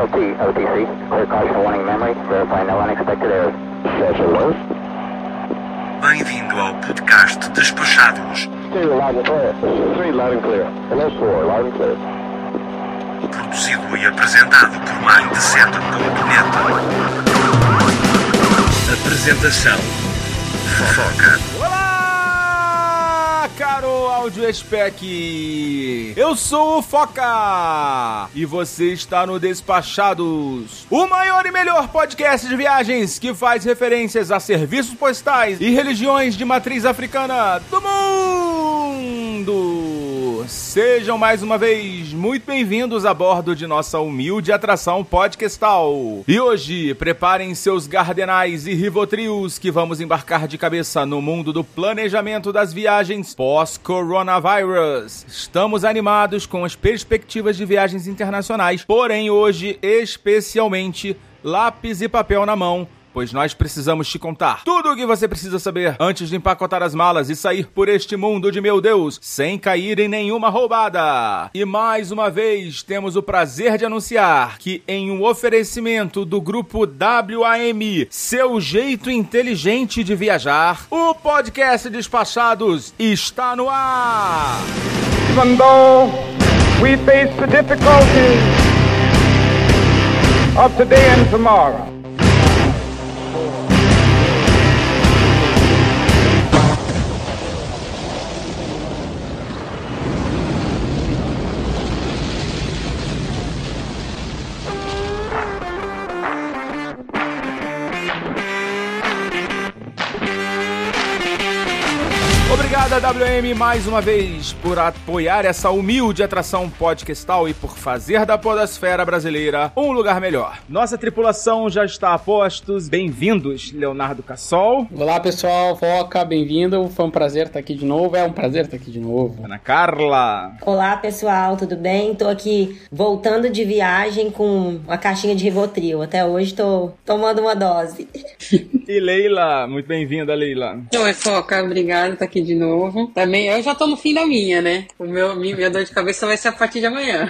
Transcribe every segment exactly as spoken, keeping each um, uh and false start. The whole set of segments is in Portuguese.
O T, O T C, clear caution warning memory, verify no unexpected errors. Yes, it was. Bem-vindo ao podcast Despachados. Two, loud and clear. Three, loud and clear. Hello, four, loud and clear. Produzido e apresentado por Mindset ponto net. Apresentação Foca. Olá, caro Audio Spec. Eu sou o Foca e você está no Despachados, o maior e melhor podcast de viagens que faz referências a serviços postais e religiões de matriz africana do mundo. Sejam mais uma vez muito bem-vindos a bordo de nossa humilde atração podcastal. E hoje, preparem seus gardenais e rivotrios que vamos embarcar de cabeça no mundo do planejamento das viagens pós-coronavírus. Estamos animados com as perspectivas de viagens internacionais, porém hoje, especialmente, lápis e papel na mão, pois nós precisamos te contar tudo o que você precisa saber antes de empacotar as malas e sair por este mundo de meu Deus, sem cair em nenhuma roubada. E mais uma vez, temos o prazer de anunciar que em um oferecimento do grupo W A M, seu jeito inteligente de viajar, o podcast Despachados está no ar! Even though we face the difficulties of today and tomorrow, Obrigado a W M mais uma vez por apoiar essa humilde atração podcastal e por fazer da podosfera brasileira um lugar melhor. Nossa tripulação já está a postos. Bem-vindos, Leonardo Cassol. Olá, pessoal. Foca, bem-vindo. Foi um prazer estar aqui de novo. É um prazer estar aqui de novo. Ana Carla. Olá, pessoal. Tudo bem? Tô aqui voltando de viagem com uma caixinha de Rivotril. Até hoje tô tomando uma dose. E Leila. Muito bem-vinda, Leila. Oi, Foca. Obrigada por estar aqui de novo. Também eu já tô no fim da minha, né? O meu, minha dor de cabeça vai ser a partir de amanhã.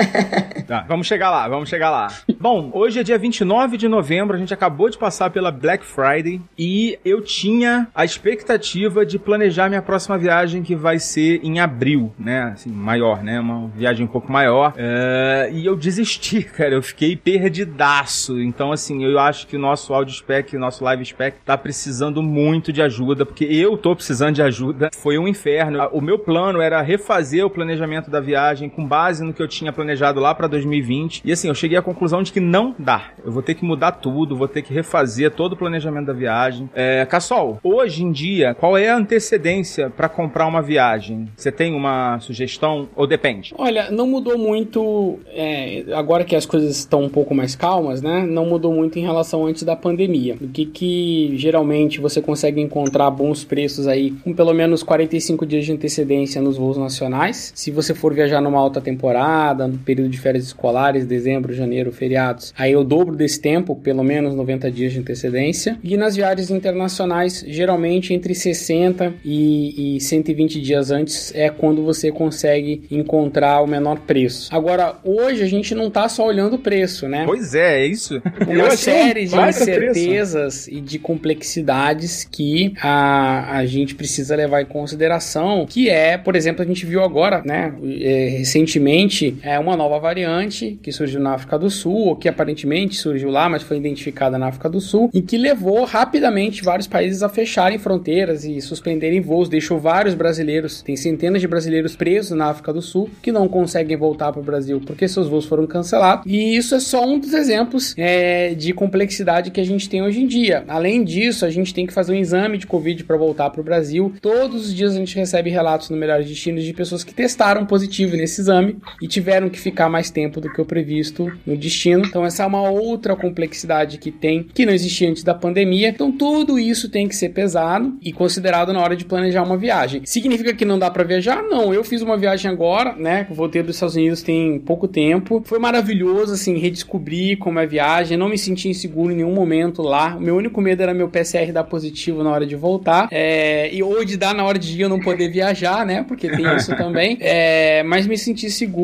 Tá, vamos chegar lá, vamos chegar lá. Bom, hoje é dia vinte e nove de novembro, a gente acabou de passar pela Black Friday e eu tinha a expectativa de planejar minha próxima viagem, que vai ser em abril, né? Assim, maior, né? Uma viagem um pouco maior. É... E eu desisti, cara, eu fiquei perdidaço. Então, assim, eu acho que o nosso Audio Spec, o nosso Live Spec tá precisando muito de ajuda, porque eu tô precisando de ajuda. Foi um inferno. O meu plano era refazer o planejamento da viagem com base no que eu tinha planejado lá para dois mil e vinte. E assim, eu cheguei à conclusão de que não dá. Eu vou ter que mudar tudo, vou ter que refazer todo o planejamento da viagem. É, Cassol, hoje em dia, qual é a antecedência para comprar uma viagem? Você tem uma sugestão ou depende? Olha, não mudou muito, é, agora que as coisas estão um pouco mais calmas, né? Não mudou muito em relação antes da pandemia. O que que geralmente você consegue encontrar bons preços aí com pelo menos quarenta e cinco dias de antecedência nos voos nacionais. Se você for viajar numa alta temporada, no período de férias escolares, dezembro, janeiro, feriados, aí é o dobro desse tempo, pelo menos noventa dias de antecedência. E nas viagens internacionais, geralmente entre sessenta e cento e vinte dias antes é quando você consegue encontrar o menor preço. Agora, hoje a gente não tá só olhando o preço, né? Pois é, é isso. Uma série de incertezas e de complexidades que a, a gente precisa levar em consideração, que é, por exemplo, a gente viu agora, né, é, recentemente, é uma nova variante que surgiu na África do Sul, ou que aparentemente surgiu lá, mas foi identificada na África do Sul, e que levou rapidamente vários países a fecharem fronteiras e suspenderem voos, deixou vários brasileiros, tem centenas de brasileiros presos na África do Sul, que não conseguem voltar para o Brasil porque seus voos foram cancelados, e isso é só um dos exemplos é, de complexidade que a gente tem hoje em dia. Além disso, a gente tem que fazer um exame de Covid para voltar para o Brasil. Todos os dias a gente recebe relatos no Melhores Destinos de pessoas que testaram positivo nesse exame e tiveram que ficar mais tempo do que o previsto no destino. Então essa é uma outra complexidade que tem, que não existia antes da pandemia. Então tudo isso tem que ser pesado e considerado na hora de planejar uma viagem. Significa que não dá para viajar? Não, eu fiz uma viagem agora, né, voltei dos Estados Unidos tem pouco tempo. Foi maravilhoso, assim, redescobrir como é a viagem, não me senti inseguro em nenhum momento lá. O meu único medo era meu P C R dar positivo na hora de voltar, é, e ou de dar na hora de ir eu não poder viajar, né, porque tem isso também, é, mas me senti seguro e,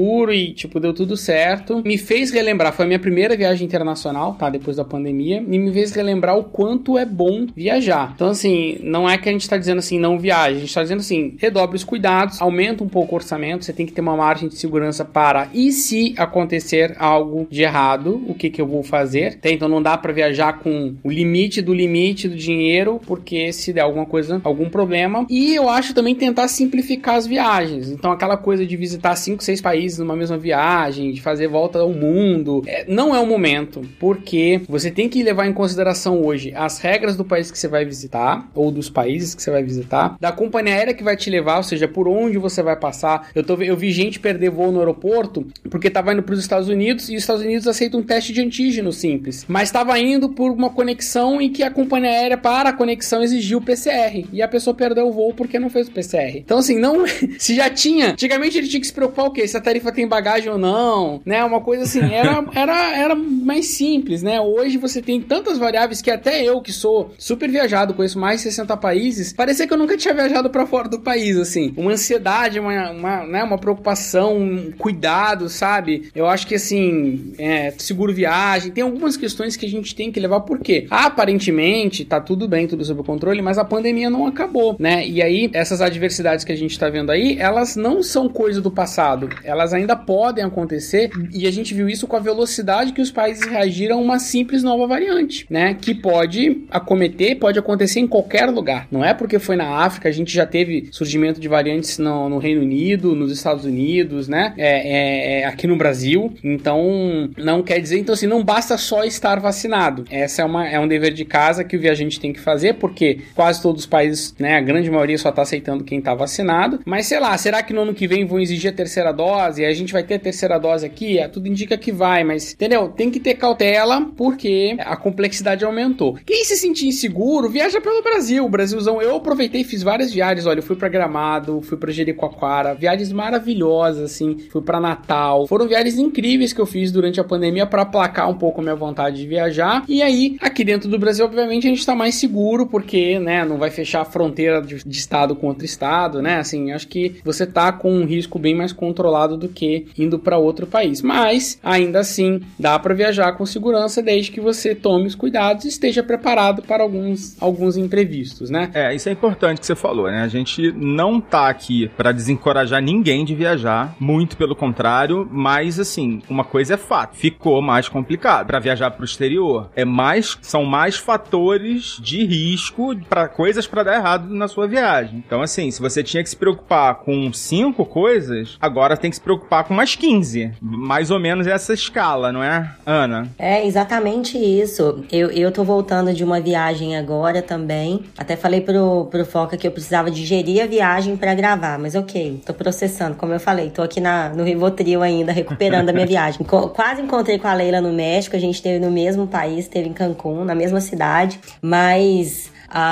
foi, tipo, deu tudo certo. Me fez relembrar, foi a minha primeira viagem internacional, tá? Depois da pandemia. E me fez relembrar o quanto é bom viajar. Então, assim, não é que a gente tá dizendo assim, não viaje. A gente tá dizendo assim, redobre os cuidados, aumenta um pouco o orçamento, você tem que ter uma margem de segurança para, e se acontecer algo de errado, o que que eu vou fazer? Então não dá para viajar com o limite do limite do dinheiro, porque se der alguma coisa, algum problema. E eu acho também tentar simplificar as viagens. Então aquela coisa de visitar cinco, seis países numa mesma viagem, de fazer volta ao mundo, é, não é o momento, porque você tem que levar em consideração hoje as regras do país que você vai visitar, ou dos países que você vai visitar, da companhia aérea que vai te levar, ou seja, por onde você vai passar. Eu, tô, eu vi gente perder voo no aeroporto porque estava indo para os Estados Unidos e os Estados Unidos aceitam um teste de antígeno simples, mas estava indo por uma conexão em que a companhia aérea, para a conexão, exigiu o P C R e a pessoa perdeu o voo porque não fez o P C R. Então assim, não, se já tinha, antigamente ele tinha que se preocupar o quê? Se a tarifa tem bagagem ou não, né? Uma coisa assim, era, era, era mais simples, né? Hoje você tem tantas variáveis que até eu, que sou super viajado, conheço mais de sessenta países, parecia que eu nunca tinha viajado para fora do país, assim. Uma ansiedade, uma, uma, né, uma preocupação, um cuidado, sabe? Eu acho que, assim, é, seguro viagem, tem algumas questões que a gente tem que levar, por quê? Aparentemente, tá tudo bem, tudo sob controle, mas a pandemia não acabou, né? E aí, essas adversidades que a gente tá vendo aí, elas não são coisa do passado, elas ainda podem acontecer, e a gente viu isso com a velocidade que os países reagiram a uma simples nova variante, né? Que pode acometer, pode acontecer em qualquer lugar. Não é porque foi na África, a gente já teve surgimento de variantes no, no Reino Unido, nos Estados Unidos, né? É, é, é aqui no Brasil. Então, não quer dizer... Então, assim, não basta só estar vacinado. Essa é, uma, é um dever de casa que o viajante tem que fazer, porque quase todos os países, né? A grande maioria só está aceitando quem está vacinado. Mas, sei lá, será que no ano que vem vão exigir a terceira dose? E a gente vai ter a terceira dose aqui? É, tudo indica que vai, mas, entendeu? Tem que ter cautela, porque a complexidade aumentou. Quem se sentir inseguro, viaja pelo Brasil. O Brasilzão, eu aproveitei e fiz várias viagens. Olha, eu fui pra Gramado, fui pra Jericoacoara, viagens maravilhosas, assim, fui pra Natal. Foram viagens incríveis que eu fiz durante a pandemia pra aplacar um pouco a minha vontade de viajar. E aí, aqui dentro do Brasil, obviamente, a gente tá mais seguro, porque, né, não vai fechar a fronteira de, de estado com outro estado, né? Assim, acho que você tá com um risco bem mais controlado do que indo pra outro país. Mas, ainda assim, dá pra viajar com segurança, desde que você tome os cuidados e esteja preparado para alguns, alguns imprevistos, né? É, isso é importante que você falou, né? A gente não tá aqui pra desencorajar ninguém de viajar, muito pelo contrário, mas assim, uma coisa é fato, ficou mais complicado pra viajar pro exterior. É mais, são mais fatores de risco para coisas pra dar errado na sua viagem. Então assim, se você tinha que se preocupar com cinco coisas, agora tem que se preocupar com mais quinze. Mais ou menos essa escala, não é, Ana? É exatamente isso. Eu, eu tô voltando de uma viagem agora também. Até falei pro, pro Foca que eu precisava digerir a viagem pra gravar, mas ok, tô processando, como eu falei, tô aqui na, no Rivotril ainda, recuperando a minha viagem. Co- quase encontrei com a Leila no México, a gente esteve no mesmo país, esteve em Cancún, na mesma cidade, mas...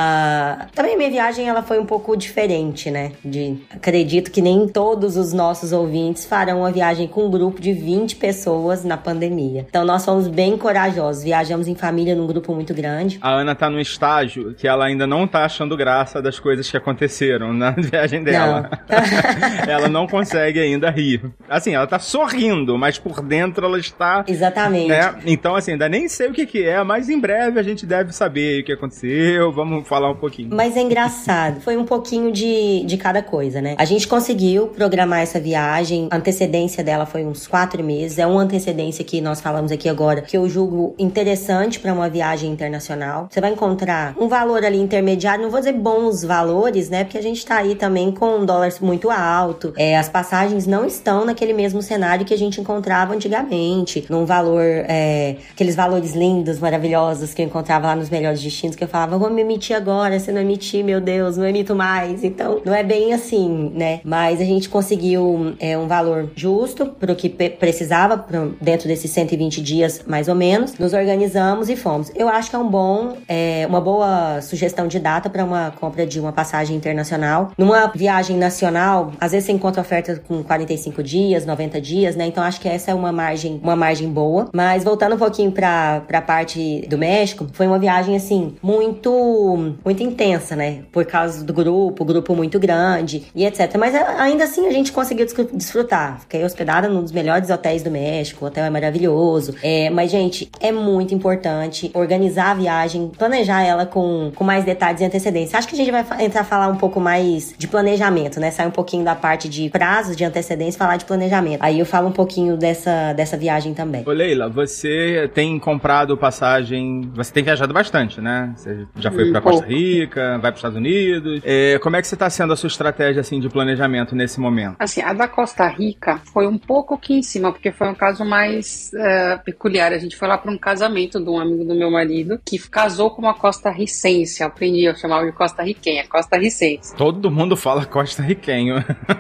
Ah, também minha viagem ela foi um pouco diferente, né? De, acredito que nem todos os nossos ouvintes farão uma viagem com um grupo de vinte pessoas na pandemia. Então nós fomos bem corajosos, viajamos em família num grupo muito grande. A Ana tá no estágio que ela ainda não tá achando graça das coisas que aconteceram na viagem dela. Não. Ela não consegue ainda rir. Assim, ela tá sorrindo, mas por dentro ela está... Exatamente. Né? Então assim, ainda nem sei o que que é, mas em breve a gente deve saber o que aconteceu, vamos Vamos falar um pouquinho. Mas é engraçado. Foi um pouquinho de, de cada coisa, né? A gente conseguiu programar essa viagem. A antecedência dela foi uns quatro meses. É uma antecedência que nós falamos aqui agora, que eu julgo interessante para uma viagem internacional. Você vai encontrar um valor ali intermediário. Não vou dizer bons valores, né? Porque a gente tá aí também com um dólar muito alto. É, as passagens não estão naquele mesmo cenário que a gente encontrava antigamente. Num valor... É, aqueles valores lindos, maravilhosos que eu encontrava lá nos melhores destinos, que eu falava, vou me emitir agora, se não emitir, meu Deus, não emito mais. Então, não é bem assim, né? Mas a gente conseguiu é, um valor justo pro que pe- precisava pro, dentro desses cento e vinte dias, mais ou menos. Nos organizamos e fomos. Eu acho que é um bom, é, uma boa sugestão de data para uma compra de uma passagem internacional. Numa viagem nacional, às vezes você encontra oferta com quarenta e cinco dias, noventa dias, né? Então, acho que essa é uma margem, uma margem boa. Mas, voltando um pouquinho pra, pra parte do México, foi uma viagem, assim, muito... muito, muito intensa, né? Por causa do grupo, grupo muito grande e etcétera. Mas ainda assim a gente conseguiu desfrutar. Fiquei hospedada num dos melhores hotéis do México, o hotel é maravilhoso. É, mas, gente, é muito importante organizar a viagem, planejar ela com, com mais detalhes e antecedência. Acho que a gente vai entrar a falar um pouco mais de planejamento, né? Sair um pouquinho da parte de prazos, de antecedência e falar de planejamento. Aí eu falo um pouquinho dessa, dessa viagem também. Ô, Leila, você tem comprado passagem... Você tem viajado bastante, né? Você já foi hum, pra Costa Rica, vai pros Estados Unidos. É, como é que você tá sendo a sua estratégia, assim, de planejamento nesse momento? Assim, a da Costa Rica foi um pouco aqui em cima, porque foi um caso mais uh, peculiar. A gente foi lá para um casamento de um amigo do meu marido, que casou com uma costarricense. Eu aprendi, eu chamava de costarriquenha, costarricense. Todo mundo fala costarriquenho.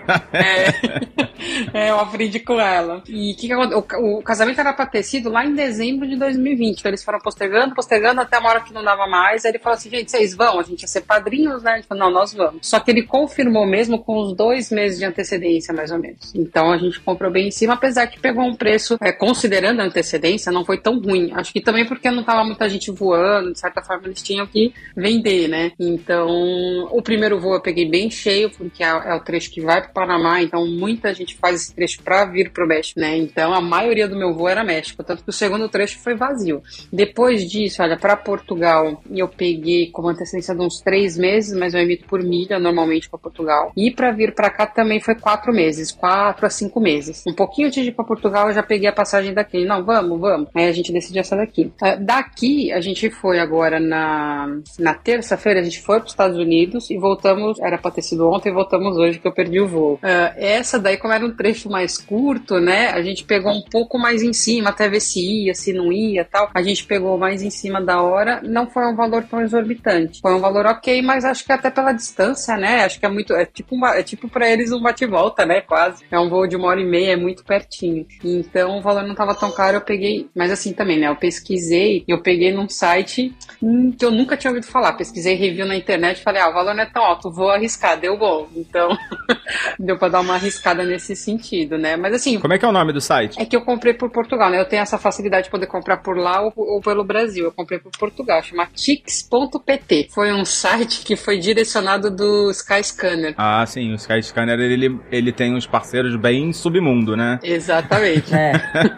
É, é, eu aprendi com ela. E que que o, o casamento era para ter sido lá em dezembro de dois mil e vinte. Então eles foram postergando, postergando até uma hora que não dava mais. Aí ele falou assim, gente, vocês vão? A gente ia ser padrinhos, né? A gente falou, não, nós vamos. Só que ele confirmou mesmo com os dois meses de antecedência, mais ou menos. Então a gente comprou bem em cima, apesar que pegou um preço, é, considerando a antecedência, não foi tão ruim. Acho que também porque não tava muita gente voando, de certa forma eles tinham que vender, né? Então, o primeiro voo eu peguei bem cheio, porque é, é o trecho que vai pro Panamá, então muita gente faz esse trecho pra vir pro México, né? Então a maioria do meu voo era México, tanto que o segundo trecho foi vazio. Depois disso, olha, pra Portugal, eu peguei com antecedência de uns três meses, mas eu emito por milha, normalmente pra Portugal. E pra vir pra cá também foi quatro meses, quatro a cinco meses. Um pouquinho antes de ir pra Portugal, eu já peguei a passagem daqui. Não, vamos, vamos. Aí a gente decidiu essa daqui. Uh, daqui, a gente foi agora na, na terça-feira, a gente foi pros Estados Unidos e voltamos, era pra ter sido ontem, e voltamos hoje, que eu perdi o voo. Uh, essa daí, como era um trecho mais curto, né, a gente pegou um pouco mais em cima, até ver se ia, se não ia e tal. A gente pegou mais em cima da hora, não foi um valor tão exorbitante. Foi um valor ok, mas acho que até pela distância, né, acho que é muito, é tipo, uma, é tipo pra eles um bate-volta, né, quase. É um voo de uma hora e meia, é muito pertinho. Então o valor não tava tão caro, eu peguei, mas assim também, né, eu pesquisei, eu peguei num site hum, que eu nunca tinha ouvido falar, pesquisei review na internet, falei, ah, o valor não é tão alto, vou arriscar, deu bom. Então deu pra dar uma arriscada nesse sentido, né, mas assim... Como é que é o nome do site? É que eu comprei por Portugal, né, eu tenho essa facilidade de poder comprar por lá ou, ou pelo Brasil, eu comprei por Portugal, chama tix ponto pt. Foi um site que foi direcionado do Skyscanner. Ah, sim, o Skyscanner, ele, ele tem uns parceiros bem submundo, né? Exatamente. É.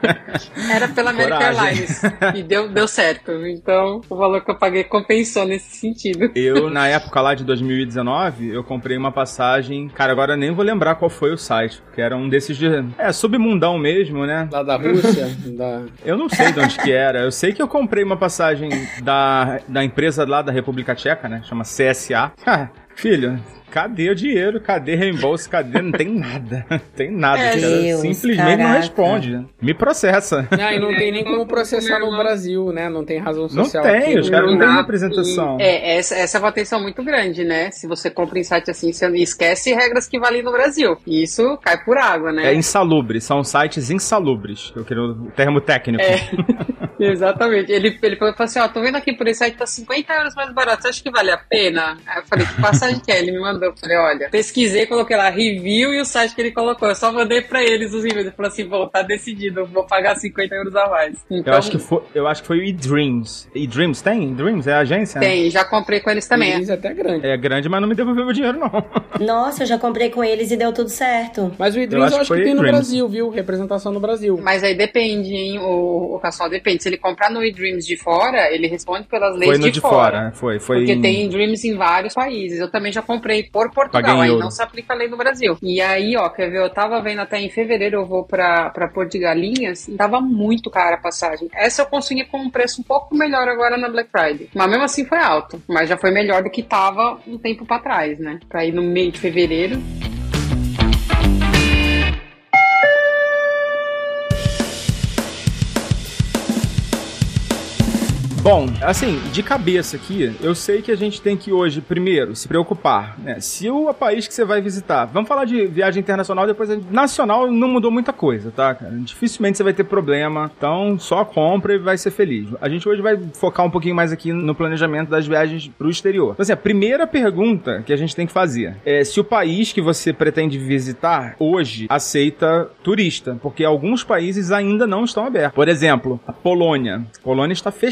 Era pela American Airlines e deu, deu certo. Então, o valor que eu paguei compensou nesse sentido. Eu, na época lá de dois mil e dezenove, eu comprei uma passagem... Cara, agora eu nem vou lembrar qual foi o site, porque era um desses de... É, submundão mesmo, né? Lá da Rússia? da... Eu não sei de onde que era. Eu sei que eu comprei uma passagem da, da empresa lá da República Tcheca, né? Chama C S A. Ah, filho... Cadê o dinheiro? Cadê reembolso? Cadê? Não tem nada. Não tem nada. É, Deus, simplesmente caraca. não responde. Me processa. Não, e não tem nem como processar no Brasil, né? Não tem razão social. Não tem, aqui, os caras não têm Não, representação. e, é, essa, essa é uma atenção muito grande, né? Se você compra em site assim, você esquece regras que valem no Brasil. E isso cai por água, né? É insalubre, são sites insalubres. Eu quero o termo técnico. É. Exatamente. Ele, ele falou assim, ó, tô vendo aqui por esse site, tá cinquenta euros mais barato, você acha que vale a pena? Aí eu falei, que passagem que é? Ele me mandou, eu falei, olha, pesquisei, coloquei lá, review e o site que ele colocou, eu só mandei pra eles os reviews, ele falou assim, bom, tá decidido, eu vou pagar cinquenta euros a mais. Então, eu, acho que foi, eu acho que foi o eDreams. eDreams tem? eDreams é a agência? Tem, já comprei com eles também. eDreams é até grande. É grande, mas não me devolveu meu dinheiro, não. Nossa, eu já comprei com eles e deu tudo certo. Mas o eDreams eu acho, eu acho que, que tem no eDreams. Brasil, viu? Representação no Brasil. Mas aí depende, hein, o, o Cassol, depende. Se ele comprar no eDreams de fora, ele responde pelas leis foi no de, de fora. fora. Foi, foi Porque em... tem Dreams em vários países. Eu também já comprei por Portugal, aí não se aplica a lei no Brasil. E aí, ó, quer ver, eu tava vendo até em fevereiro, eu vou pra, pra Porto de Galinhas, e tava muito cara a passagem. Essa eu consegui com um preço um pouco melhor agora na Black Friday. Mas mesmo assim foi alto. Mas já foi melhor do que tava um tempo pra trás, né? Pra ir no meio de fevereiro. Bom, assim, de cabeça aqui, eu sei que a gente tem que hoje, primeiro, se preocupar, né? Se o país que você vai visitar, vamos falar de viagem internacional, depois nacional não mudou muita coisa, tá, cara? Dificilmente você vai ter problema, então só compra e vai ser feliz. A gente hoje vai focar um pouquinho mais aqui no planejamento das viagens pro exterior. Então, assim, a primeira pergunta que a gente tem que fazer é se o país que você pretende visitar hoje aceita turista, porque alguns países ainda não estão abertos. Por exemplo, a Polônia. A Polônia está fechada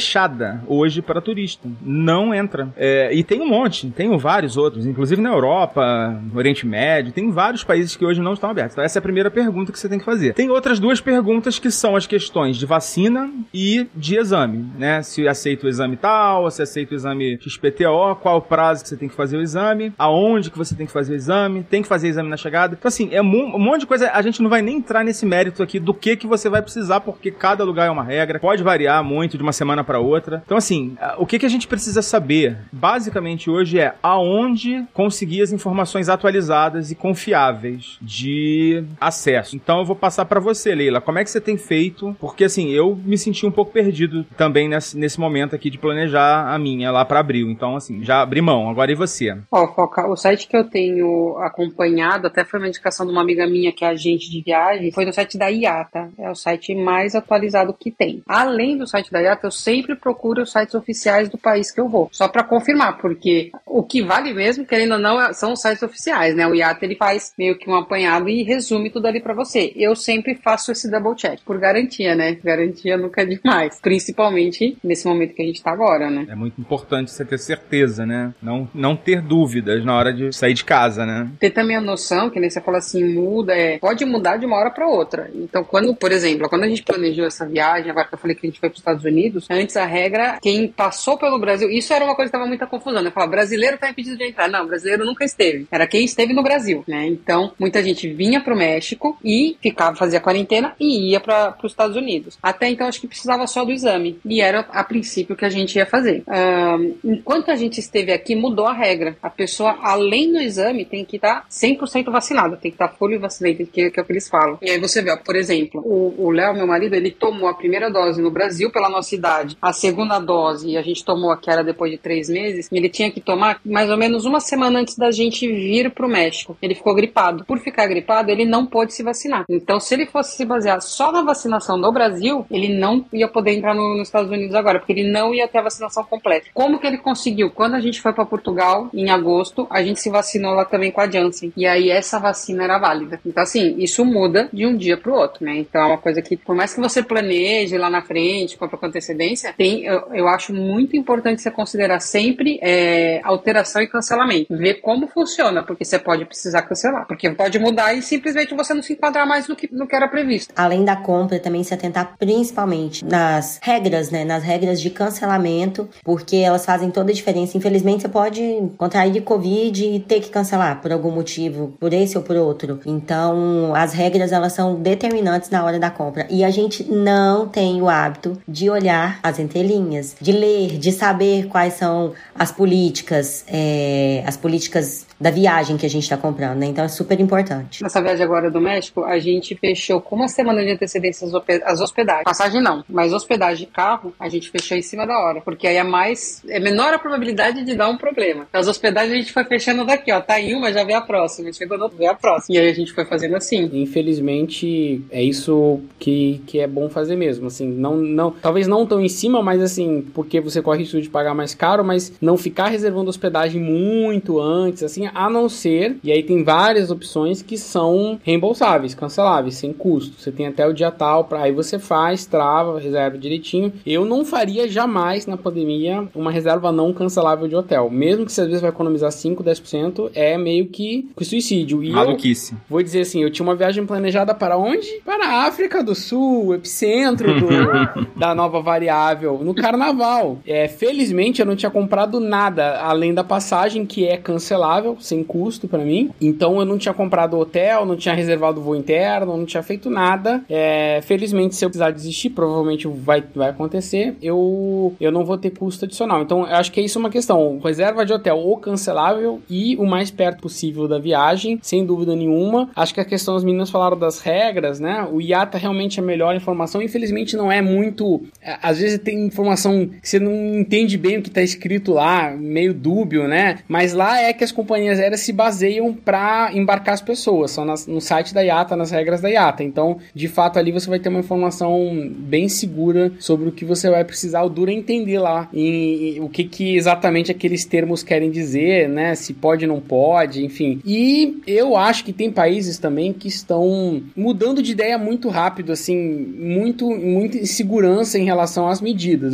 fechada hoje para turista. Não entra. É, e tem um monte, tem vários outros, inclusive na Europa, no Oriente Médio, tem vários países que hoje não estão abertos. Então essa é a primeira pergunta que você tem que fazer. Tem outras duas perguntas que são as questões de vacina e de exame, né? Se aceita o exame tal, se aceita o exame X P T O, qual o prazo que você tem que fazer o exame, aonde que você tem que fazer o exame, tem que fazer exame na chegada. Então assim, é um monte de coisa, a gente não vai nem entrar nesse mérito aqui do que que você vai precisar, porque cada lugar é uma regra, pode variar muito de uma semana para outra. Então assim, o que que a gente precisa saber, basicamente hoje é aonde conseguir as informações atualizadas e confiáveis de acesso. Então eu vou passar para você, Leila, como é que você tem feito? Porque assim, eu me senti um pouco perdido também nesse, nesse momento aqui de planejar a minha lá para abril. Então assim, já abri mão. Agora e você? Ó, Foca, o site que eu tenho acompanhado, até foi uma indicação de uma amiga minha que é agente de viagem, foi no site da I A T A. É o site mais atualizado que tem. Além do site da I A T A, eu sempre procuro os sites oficiais do país que eu vou, só para confirmar, porque o que vale mesmo, querendo ou não, são os sites oficiais, né? O I A T A, ele faz meio que um apanhado e resume tudo ali para você. Eu sempre faço esse double check, por garantia, né? Garantia nunca é demais, principalmente nesse momento que a gente tá agora, né? É muito importante você ter certeza, né? Não, não ter dúvidas na hora de sair de casa, né? Ter também a noção, que nem você fala assim, muda, é, pode mudar de uma hora para outra. Então, quando, por exemplo, quando a gente planejou essa viagem, agora que eu falei que a gente foi para os Estados Unidos, antes a regra, quem passou pelo Brasil, isso era uma coisa que tava muita confusão, né? Falava, brasileiro tá impedido de entrar. Não, brasileiro nunca esteve. Era quem esteve no Brasil, né? Então, muita gente vinha pro México e ficava, fazia quarentena e ia para os Estados Unidos. Até então, acho que precisava só do exame. E era, a princípio, que a gente ia fazer. Um, enquanto a gente esteve aqui, mudou a regra. A pessoa, além do exame, tem que estar cem por cento vacinada. Tem que estar fully vaccinated, que, que é o que eles falam. E aí você vê, ó, por exemplo, o Léo, meu marido, ele tomou a primeira dose no Brasil pela nossa idade. A segunda dose, a gente tomou a que era depois de três meses, e ele tinha que tomar mais ou menos uma semana antes da gente vir pro México. Ele ficou gripado. Por ficar gripado, ele não pôde se vacinar. Então, se ele fosse se basear só na vacinação do Brasil, ele não ia poder entrar no, nos Estados Unidos agora, porque ele não ia ter a vacinação completa. Como que ele conseguiu? Quando a gente foi para Portugal, em agosto, a gente se vacinou lá também com a Janssen. E aí, essa vacina era válida. Então, assim, isso muda de um dia pro outro, né? Então, é uma coisa que, por mais que você planeje lá na frente, compra com antecedência, tem, eu, eu acho muito importante você considerar sempre é, alteração e cancelamento. Ver como funciona, porque você pode precisar cancelar. Porque pode mudar e simplesmente você não se enquadrar mais no que, no que era previsto. Além da compra, também se atentar principalmente nas regras, né? Nas regras de cancelamento, porque elas fazem toda a diferença. Infelizmente, você pode contrair de Covid e ter que cancelar por algum motivo, por esse ou por outro. Então, as regras, elas são determinantes na hora da compra. E a gente não tem o hábito de olhar as entrelinhas, de ler, de saber quais são as políticas, é, as políticas da viagem que a gente está comprando, né? Então é super importante. Nessa viagem agora do México, a gente fechou com uma semana de antecedência as hospedagens. Passagem não, mas hospedagem de carro, a gente fechou em cima da hora, porque aí é mais, é menor a probabilidade de dar um problema. Então, as hospedagens a gente foi fechando daqui, ó, tá em uma, já vê a próxima, chegou no outro, vê a próxima. E aí a gente foi fazendo assim. Infelizmente, é isso que, que é bom fazer mesmo, assim, não, não, talvez não tão em cima, mas assim, porque você corre risco de pagar mais caro, mas não ficar reservando hospedagem muito antes, assim, a não ser, e aí tem várias opções que são reembolsáveis, canceláveis, sem custo. Você tem até o dia tal, pra, aí você faz, trava, reserva direitinho. Eu não faria jamais na pandemia uma reserva não cancelável de hotel. Mesmo que você às vezes vai economizar cinco, dez por cento, é meio que suicídio. E maluquice. Eu vou dizer assim, eu tinha uma viagem planejada para onde? Para a África do Sul, epicentro do, da nova variável, no carnaval. É, felizmente eu não tinha comprado nada, além da passagem, que é cancelável, sem custo pra mim. Então eu não tinha comprado hotel, não tinha reservado voo interno, não tinha feito nada. É, felizmente, se eu precisar desistir, provavelmente vai, vai acontecer, eu, eu não vou ter custo adicional. Então eu acho que é isso uma questão. Reserva de hotel ou cancelável e o mais perto possível da viagem, sem dúvida nenhuma. Acho que a questão, as meninas falaram das regras, né? O I A T A realmente é a melhor informação. Infelizmente não é muito... Às vezes tem informação que você não entende bem o que tá escrito lá, meio dúbio, né? Mas lá é que as companhias aéreas se baseiam para embarcar as pessoas. São nas, no site da I A T A, nas regras da I A T A. Então, de fato, ali você vai ter uma informação bem segura sobre o que você vai precisar. O duro é entender lá e, e, o que, que exatamente aqueles termos querem dizer, né? Se pode, não pode, enfim. E eu acho que tem países também que estão mudando de ideia muito rápido, assim, muito, muita insegurança em relação às medidas.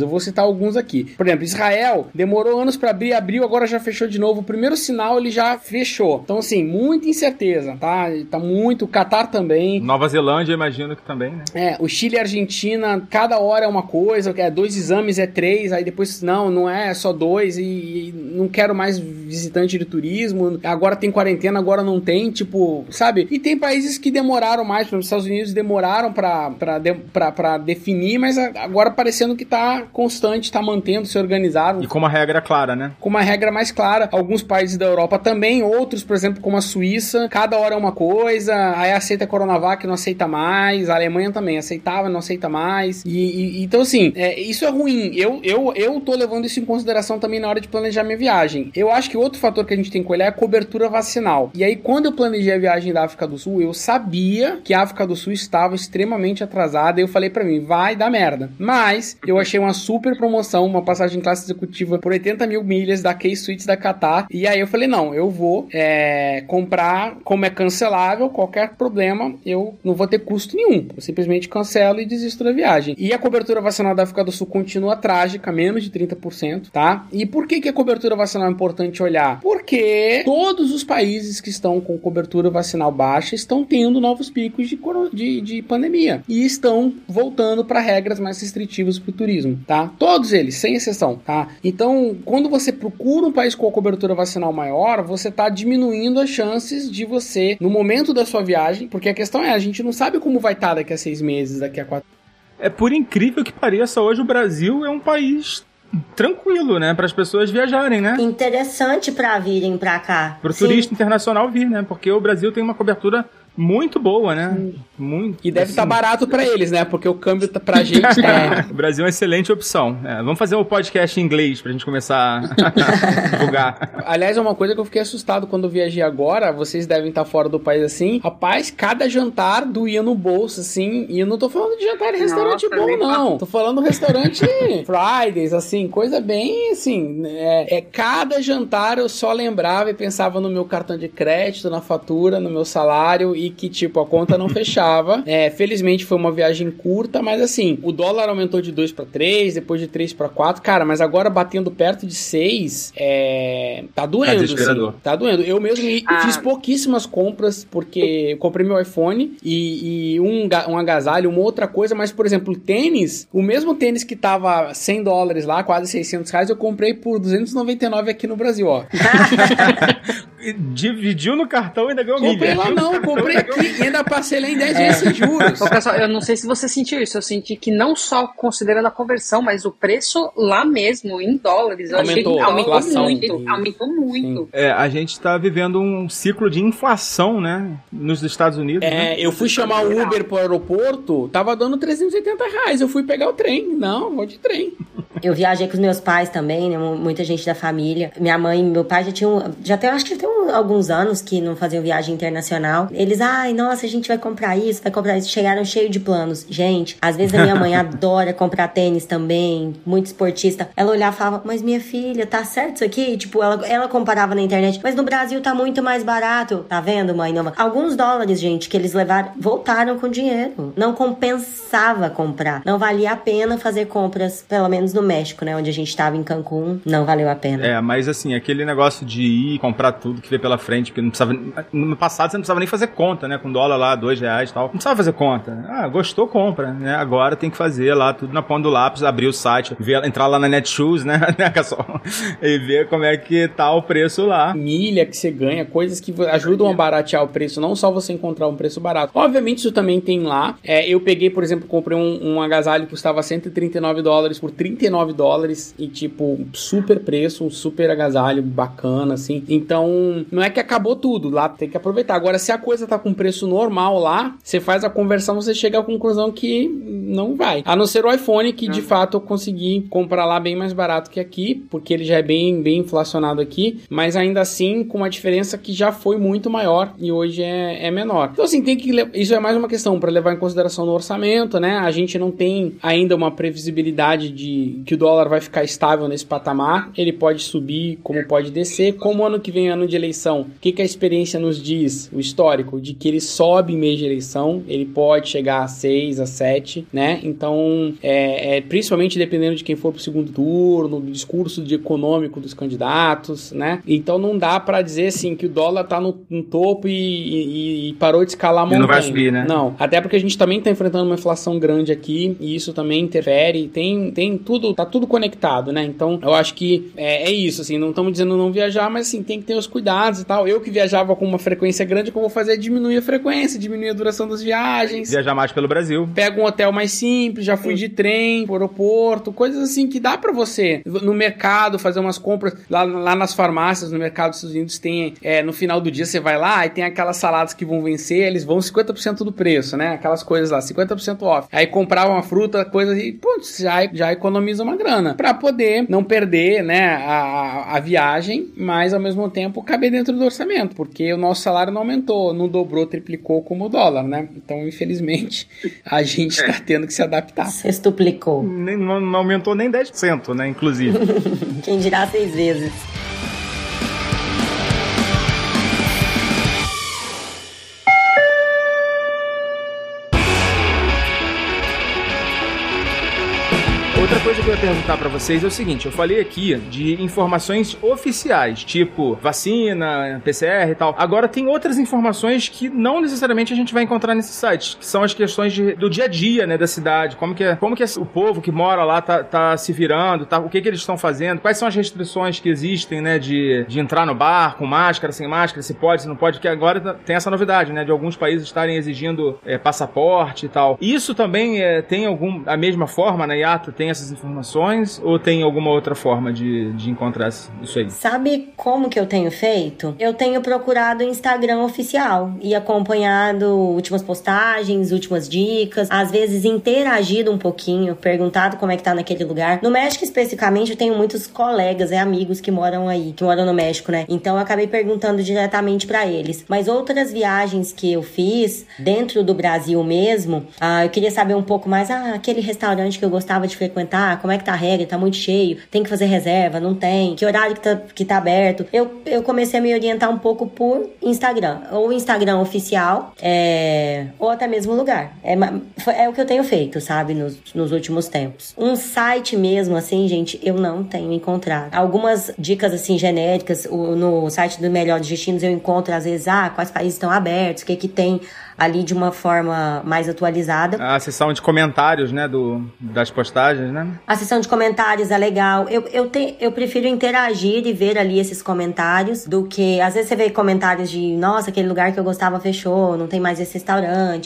Eu vou citar alguns aqui. Por exemplo, Israel demorou anos para abrir, abriu, agora já fechou de novo. O primeiro sinal ele já fechou. Então, assim, muita incerteza, tá? Tá muito. O Catar também. Nova Zelândia, imagino que também, né? É, o Chile e a Argentina, cada hora é uma coisa, é dois exames é três, aí depois, não, não é só dois, e, e não quero mais visitante de turismo, agora tem quarentena, agora não tem, tipo, sabe? E tem países que demoraram mais, por exemplo, os Estados Unidos demoraram pra, pra, de, pra, pra definir, mas agora parecendo que tá constante, tá mantendo, se organizaram. E com uma regra clara, né? Com uma regra mais clara. Alguns países da Europa também, outros, por exemplo, como a Suíça, cada hora é uma coisa, aí aceita a Coronavac, não aceita mais, a Alemanha também aceitava, não aceita mais, e, e então assim, é, isso é ruim. Eu, eu, eu tô levando isso em consideração também na hora de planejar minha viagem. Eu acho que outro fator que a gente tem que olhar é a cobertura vacinal. E aí, quando eu planejei a viagem da África do Sul, eu sabia que a África do Sul estava extremamente atrasada, e eu falei pra mim, vai dar merda. Mas, eu achei uma super promoção, uma passagem em classe executiva por oitenta mil milhas da K-Suites da Qatar, e aí eu falei, não, eu vou é, comprar, como é cancelável, qualquer problema, eu não vou ter custo nenhum. Eu simplesmente cancelo e desisto da viagem. E a cobertura vacinal da África do Sul continua trágica, menos de trinta por cento, tá? E por que que a cobertura vacinal é importante olhar? Porque todos os países que estão com cobertura vacinal baixa estão tendo novos picos de, de, de pandemia e estão voltando para regras mais restritivas para o turismo, tá? Todos eles, sem exceção, tá? Então, quando você procura um país com a cobertura vacinal maior, você tá diminuindo as chances de você, no momento da sua viagem, porque a questão é, a gente não sabe como vai estar daqui a seis meses, daqui a quatro. É, por incrível que pareça, hoje o Brasil é um país tranquilo, né? Para as pessoas viajarem, né? Interessante para virem para cá. Para o turista internacional vir, né? Porque o Brasil tem uma cobertura muito boa, né? Hum. Muito. E deve estar assim, tá barato pra eles, né? Porque o câmbio tá pra gente. É. O Brasil é uma excelente opção. É, vamos fazer um podcast em inglês pra gente começar a divulgar. Aliás, é uma coisa que eu fiquei assustado quando eu viajei agora. Vocês devem estar fora do país assim. Rapaz, cada jantar doía no bolso, assim. E eu não tô falando de jantar em restaurante Nossa, bom, não. Tô falando restaurante Fridays, assim. Coisa bem, assim. É, é cada jantar eu só lembrava e pensava no meu cartão de crédito, na fatura, no meu salário. E que, tipo, a conta não fechava. É, felizmente foi uma viagem curta, mas assim, o dólar aumentou de dois para três, depois de três para quatro. Cara, mas agora batendo perto de seis, é... tá doendo, assim. Tá doendo. Eu mesmo ah. fiz pouquíssimas compras, porque eu comprei meu iPhone e, e um, um agasalho, uma outra coisa, mas, por exemplo, tênis, o mesmo tênis que tava cem dólares lá, quase seiscentos reais, eu comprei por duzentos e noventa e nove aqui no Brasil, ó. Dividiu no cartão e ainda ganhou milha. Comprei lá não, comprei aqui e ainda parcelei em dez vezes sem juros. Ô, pessoal, eu não sei se você sentiu isso, eu senti que não só considerando a conversão, mas o preço lá mesmo, em dólares, eu aumentou, achei que aumentou muito, sim. aumentou muito. É, a gente tá vivendo um ciclo de inflação, né, nos Estados Unidos. É, né? eu fui chamar o Uber pro aeroporto, tava dando trezentos e oitenta reais, eu fui pegar o trem, não, vou de trem. Eu viajei com os meus pais também, né? Muita gente da família. Minha mãe e meu pai já tinham... Já tem, acho que já tem alguns anos que não faziam viagem internacional. Eles, ai, nossa, a gente vai comprar isso, vai comprar isso. Chegaram cheio de planos. Gente, às vezes a minha mãe adora comprar tênis também, muito esportista. Ela olhava e falava, mas minha filha, tá certo isso aqui? Tipo, ela, ela comparava na internet, mas no Brasil tá muito mais barato. Tá vendo, mãe? Não, alguns dólares, gente, que eles levaram, voltaram com dinheiro. Não compensava comprar. Não valia a pena fazer compras, pelo menos no México, né? Onde a gente tava em Cancún, não valeu a pena. É, mas assim, aquele negócio de ir comprar tudo que vê pela frente, porque não precisava... No passado você não precisava nem fazer conta, né? Com dólar lá, dois reais e tal. Não precisava fazer conta. Ah, gostou, compra, né? Agora tem que fazer lá tudo na ponta do lápis, abrir o site, ver, entrar lá na Netshoes, né? E ver como é que tá o preço lá. Milha que você ganha, coisas que ajudam a baratear o preço, não só você encontrar um preço barato. Obviamente isso também tem lá. É, eu peguei, por exemplo, comprei um, um agasalho que custava cento e trinta e nove dólares por trinta e nove dólares e tipo, super preço, um super agasalho bacana, assim. Então, não é que acabou tudo, lá tem que aproveitar. Agora, se a coisa tá com preço normal lá, você faz a conversão, você chega à conclusão que não vai. A não ser o iPhone, que de fato eu consegui comprar lá bem mais barato que aqui, porque ele já é bem, bem inflacionado aqui, mas ainda assim com uma diferença que já foi muito maior e hoje é, é menor. Então assim, tem que isso é mais uma questão para levar em consideração no orçamento, né? A gente não tem ainda uma previsibilidade de que o dólar vai ficar estável nesse patamar, ele pode subir como pode descer, como ano que vem é ano de eleição, o que, que a experiência nos diz, o histórico, de de que ele sobe em mês de eleição, ele pode chegar a seis, a sete, né? Então, é, é, principalmente dependendo de quem for pro segundo turno, do discurso de econômico dos candidatos, né? Então não dá pra dizer assim que o dólar tá no, no topo e, e, e parou de escalar a montanha. Não vai subir, né? Não, até porque a gente também tá enfrentando uma inflação grande aqui e isso também interfere, tem, tem tudo, tá tudo conectado, né? Então eu acho que é, é isso, assim, não estamos dizendo não viajar, mas assim, tem que ter os cuidados e tal. Eu que viajava com uma frequência grande, o que eu vou fazer é diminuir a frequência, diminuir a duração das viagens. Viajar mais pelo Brasil. Pega um hotel mais simples, já fui de trem pro aeroporto, coisas assim que dá pra você, no mercado, fazer umas compras, lá, lá nas farmácias, no mercado dos Estados Unidos tem, é, no final do dia você vai lá e tem aquelas saladas que vão vencer, eles vão cinquenta por cento do preço, né? Aquelas coisas lá, cinquenta por cento off. Aí comprar uma fruta, coisa e, putz, já, já economiza uma grana. Pra poder não perder, né, a, a viagem, mas ao mesmo tempo caber dentro do orçamento, porque o nosso salário não aumentou, não dobrou, triplicou como o dólar, né? Então, infelizmente, a gente tá tendo que se adaptar. Sextuplicou. Nem, não, não aumentou nem dez por cento, né, inclusive. Quem dirá seis vezes. Outra coisa que eu ia perguntar pra vocês é o seguinte, eu falei aqui de informações oficiais, tipo vacina, P C R e tal. Agora tem outras informações que não necessariamente a gente vai encontrar nesses sites, que são as questões de, do dia a dia, né, da cidade, como que, é, como que é, o povo que mora lá tá, tá se virando, tá, o que que eles estão fazendo, quais são as restrições que existem, né, de, de entrar no bar com máscara, sem máscara, se pode, se não pode, porque agora tem essa novidade, né, de alguns países estarem exigindo é, passaporte e tal. Isso também é, tem algum, a mesma forma, né, I A T A tem essas informações ou tem alguma outra forma de, de encontrar isso aí? Sabe como que eu tenho feito? Eu tenho procurado o Instagram oficial e acompanhado últimas postagens, últimas dicas, às vezes interagido um pouquinho, perguntado como é que tá naquele lugar. No México, especificamente, eu tenho muitos colegas e amigos que moram aí, que moram no México, né? Então eu acabei perguntando diretamente pra eles. Mas outras viagens que eu fiz dentro do Brasil mesmo, ah, eu queria saber um pouco mais, ah, aquele restaurante que eu gostava de frequentar, como é que tá a regra, tá muito cheio, tem que fazer reserva, não tem, que horário que tá, que tá aberto. Eu, eu comecei a me orientar um pouco por Instagram, ou Instagram oficial, é, ou até mesmo lugar. É, é o que eu tenho feito, sabe, nos, nos últimos tempos. Um site mesmo, assim, gente, eu não tenho encontrado. Algumas dicas, assim, genéricas, no site do Melhores Destinos eu encontro, às vezes, ah, quais países estão abertos, o que que tem ali de uma forma mais atualizada. A seção de comentários, né, do, das postagens, né? A seção de comentários é legal. Eu, eu, te, eu prefiro interagir e ver ali esses comentários do que... Às vezes você vê comentários de, nossa, aquele lugar que eu gostava fechou, não tem mais esse restaurante.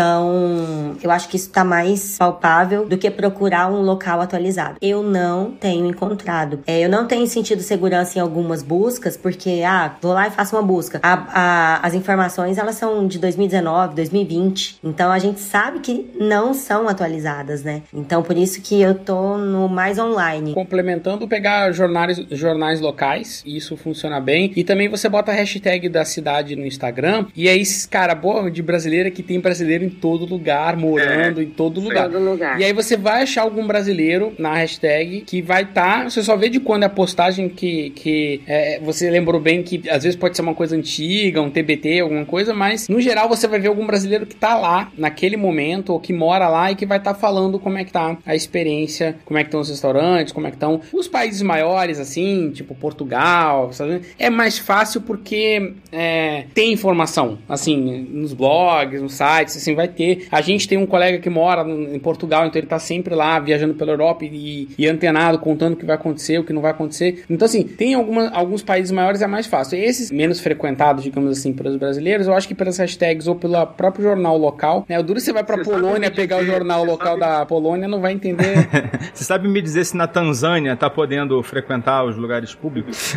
Então, eu acho que isso tá mais palpável do que procurar um local atualizado. Eu não tenho encontrado. É, eu não tenho sentido segurança em algumas buscas, porque, ah, vou lá e faço uma busca. A, a, as informações, elas são de dois mil e dezenove, dois mil e vinte. Então a gente sabe que não são atualizadas, né? Então por isso que eu tô no mais online. Complementando, pegar jornais, jornais locais, isso funciona bem. E também você bota a hashtag da cidade no Instagram. E aí, cara, boa de brasileira que tem brasileiro em todo lugar, morando é, em todo lugar. todo lugar. E aí você vai achar algum brasileiro na hashtag que vai estar. Tá, você só vê de quando é a postagem que, que é, você lembrou bem que às vezes pode ser uma coisa antiga, um T B T, alguma coisa, mas no geral você vai ver algum brasileiro que tá lá naquele momento, ou que mora lá e que vai estar tá falando como é que tá a experiência, como é que estão os restaurantes, como é que estão os países maiores, assim, tipo Portugal, é mais fácil porque é, tem informação, assim, nos blogs, nos sites, assim, vai ter. A gente tem um colega que mora em Portugal, então ele tá sempre lá, viajando pela Europa e, e antenado, contando o que vai acontecer, o que não vai acontecer. Então, assim, tem alguma, alguns países maiores é mais fácil. Esses menos frequentados, digamos assim, pelos brasileiros, eu acho que pelas hashtags ou pelo próprio jornal local, né? O duro você vai pra você Polônia pegar dizer, o jornal local sabe... da Polônia, não vai entender. Você sabe me dizer se na Tanzânia tá podendo frequentar os lugares públicos?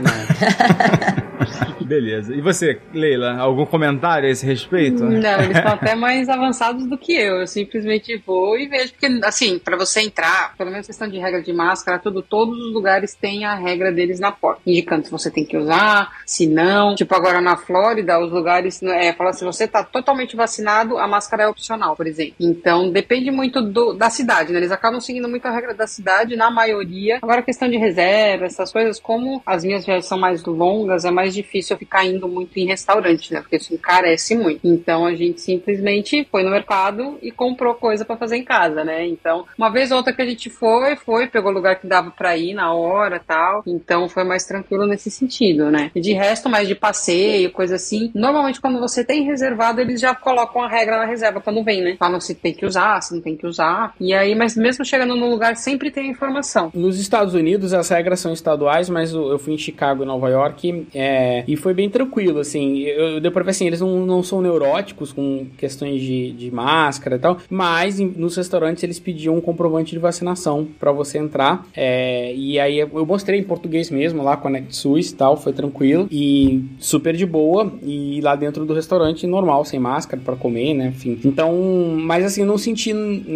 Não. Beleza. E você, Leila, algum comentário a esse respeito? Não, eles estão até mais avançados do que eu. Eu simplesmente vou e vejo, porque, assim, pra você entrar, pelo menos questão de regra de máscara, tudo, todos os lugares têm a regra deles na porta, indicando se você tem que usar, se não. Tipo, agora na Flórida, os lugares, é, fala se você tá totalmente vacinado, a máscara é opcional, por exemplo. Então, depende muito do, da cidade, né? Eles acabam seguindo muito a regra da cidade, na maioria. Agora, a questão de reserva, essas coisas, como as minhas já são mais longas, é mais difícil eu ficar indo muito em restaurante, né? Porque isso encarece muito. Então, a gente simplesmente foi no mercado e comprou coisa pra fazer em casa, né? Então, uma vez ou outra que a gente foi, foi, pegou o lugar que dava pra ir na hora e tal. Então, foi mais tranquilo nesse sentido, né? E de resto, mais de passeio, coisa assim. Normalmente, quando você tem reservado, eles já colocam a regra na reserva quando vem, né? Falam se tem que usar, se não tem que usar. E aí, mas mesmo chegando no lugar, sempre tem informação. Nos Estados Unidos, as regras são estaduais, mas eu fui em Chicago e Nova York é, e foi bem tranquilo, assim. Eu deu pra ver assim, eles não, não são neuróticos com questões de, de máscara e tal, mas em, nos restaurantes eles pediam um comprovante de vacinação pra você entrar. É, e aí eu mostrei em português mesmo, lá com a NetSuite e tal, foi tranquilo e super de boa. E lá dentro do restaurante, normal, sem máscara pra comer, né? Enfim. Então, mas assim, eu não senti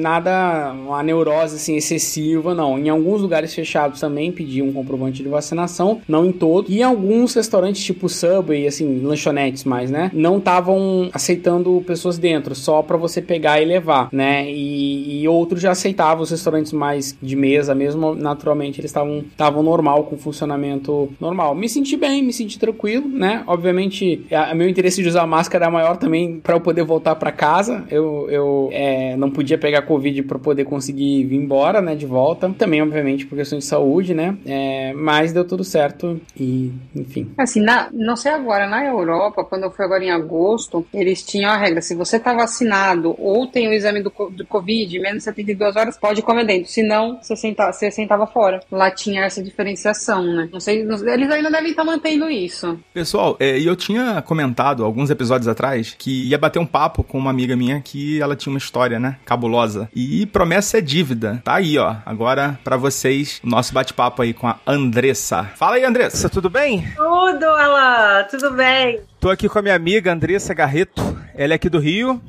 nada, uma neurose assim excessiva, não. Em alguns lugares fechados também pediam um comprovante de vacinação, não em todos. E em alguns restaurantes, tipo Subway, assim, lanchonetes mais, né? Não estavam aceitando pessoas dentro, só pra você pegar e levar, né? E, e outros já aceitavam, os restaurantes mais de mesa mesmo, naturalmente eles estavam estavam normal, com funcionamento normal. Me senti bem, me senti tranquilo, né? Obviamente, a, a meu interesse de usar máscara era maior também pra eu poder voltar pra casa. Eu, eu é, não podia pegar Covid pra poder conseguir vir embora, né? De volta. Também, obviamente, por questão de saúde, né? É, mas deu tudo certo e, enfim. Assim, na, não sei agora, na Europa, quando eu fui agora em agosto, eles tinham a regra, se você tá vacinado ou tem o exame do, do Covid, menos de setenta e duas horas, pode comer dentro. Se não, você, senta, você sentava fora. Lá tinha essa diferenciação, né? Não sei, não, eles ainda devem estar mantendo isso. Pessoal, é, eu tinha comentado alguns episódios atrás que ia bater um papo com uma amiga minha que ela tinha uma história, né? Cabulosa. E promessa é dívida. Tá aí, ó. Agora, pra vocês, o nosso bate-papo aí com a Andressa. Fala aí, Andressa, tudo bem? Tudo, Alan, tudo bem? Tô aqui com a minha amiga Andressa Garreto. Ela é aqui do Rio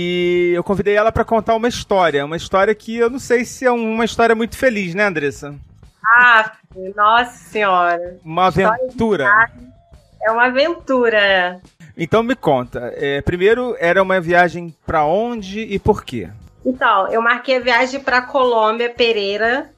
e eu convidei ela pra contar uma história. Uma história que eu não sei se é uma história muito feliz, né, Andressa? Ah, nossa senhora. Uma aventura. É uma aventura. Então me conta. É, primeiro, era uma viagem pra onde e por quê? Então, eu marquei a viagem pra Colômbia, Pereira.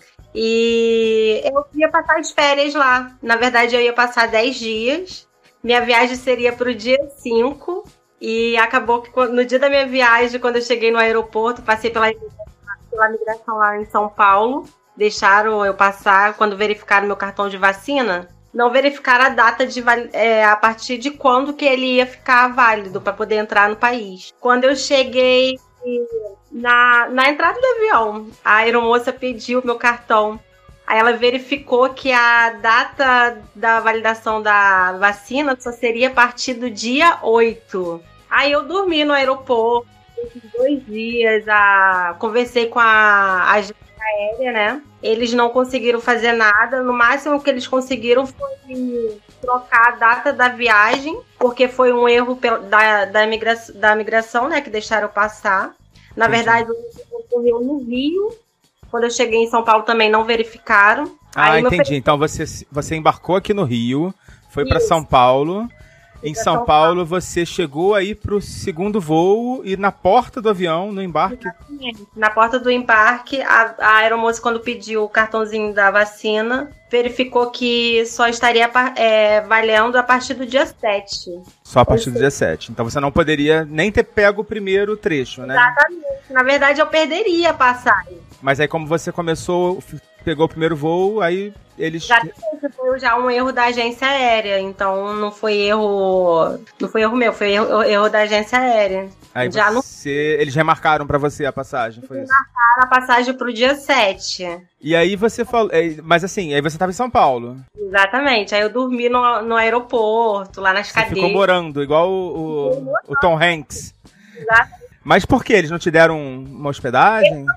E eu ia passar as férias lá. Na verdade, eu ia passar dez dias. Minha viagem seria pro dia cinco. E acabou que no dia da minha viagem, quando eu cheguei no aeroporto, passei pela, pela migração lá em São Paulo. Deixaram eu passar, quando verificaram meu cartão de vacina, não verificaram a data de é, a partir de quando que ele ia ficar válido para poder entrar no país. Quando eu cheguei na, na entrada do avião, a aeromoça pediu meu cartão. Aí ela verificou que a data da validação da vacina só seria a partir do dia oito. Aí eu dormi no aeroporto, dois dias, a... conversei com a agência aérea, né? Eles não conseguiram fazer nada. No máximo que eles conseguiram foi trocar a data da viagem, porque foi um erro da, da, migração, da migração, né? Que deixaram passar. Na Entendi. verdade, ocorreu no Rio. Quando eu cheguei em São Paulo também não verificaram. Ah, Aí entendi. meu... Então você, você embarcou aqui no Rio, foi para São Paulo. Em São, São Paulo, Paulo, você chegou aí pro segundo voo e na porta do avião, no embarque... Exatamente. Na porta do embarque, a, a aeromoça, quando pediu o cartãozinho da vacina, verificou que só estaria é, valendo a partir do dia sete. Só a partir do dia sete. Então você não poderia nem ter pego o primeiro trecho, né? Exatamente. Na verdade, eu perderia a passagem. Mas aí como você começou, pegou o primeiro voo, aí eles... Exatamente, foi já um erro da agência aérea, então não foi erro, não foi erro meu, foi erro, erro da agência aérea. Aí já você, não... eles remarcaram pra você a passagem, foi isso? Remarcaram a passagem pro dia sete. E aí você falou, mas assim, aí você tava em São Paulo. Exatamente, aí eu dormi no, no aeroporto, lá nas você cadeiras. Ficou morando, igual o, o, o Tom Hanks. Exatamente. Mas por que? Eles não te deram uma hospedagem?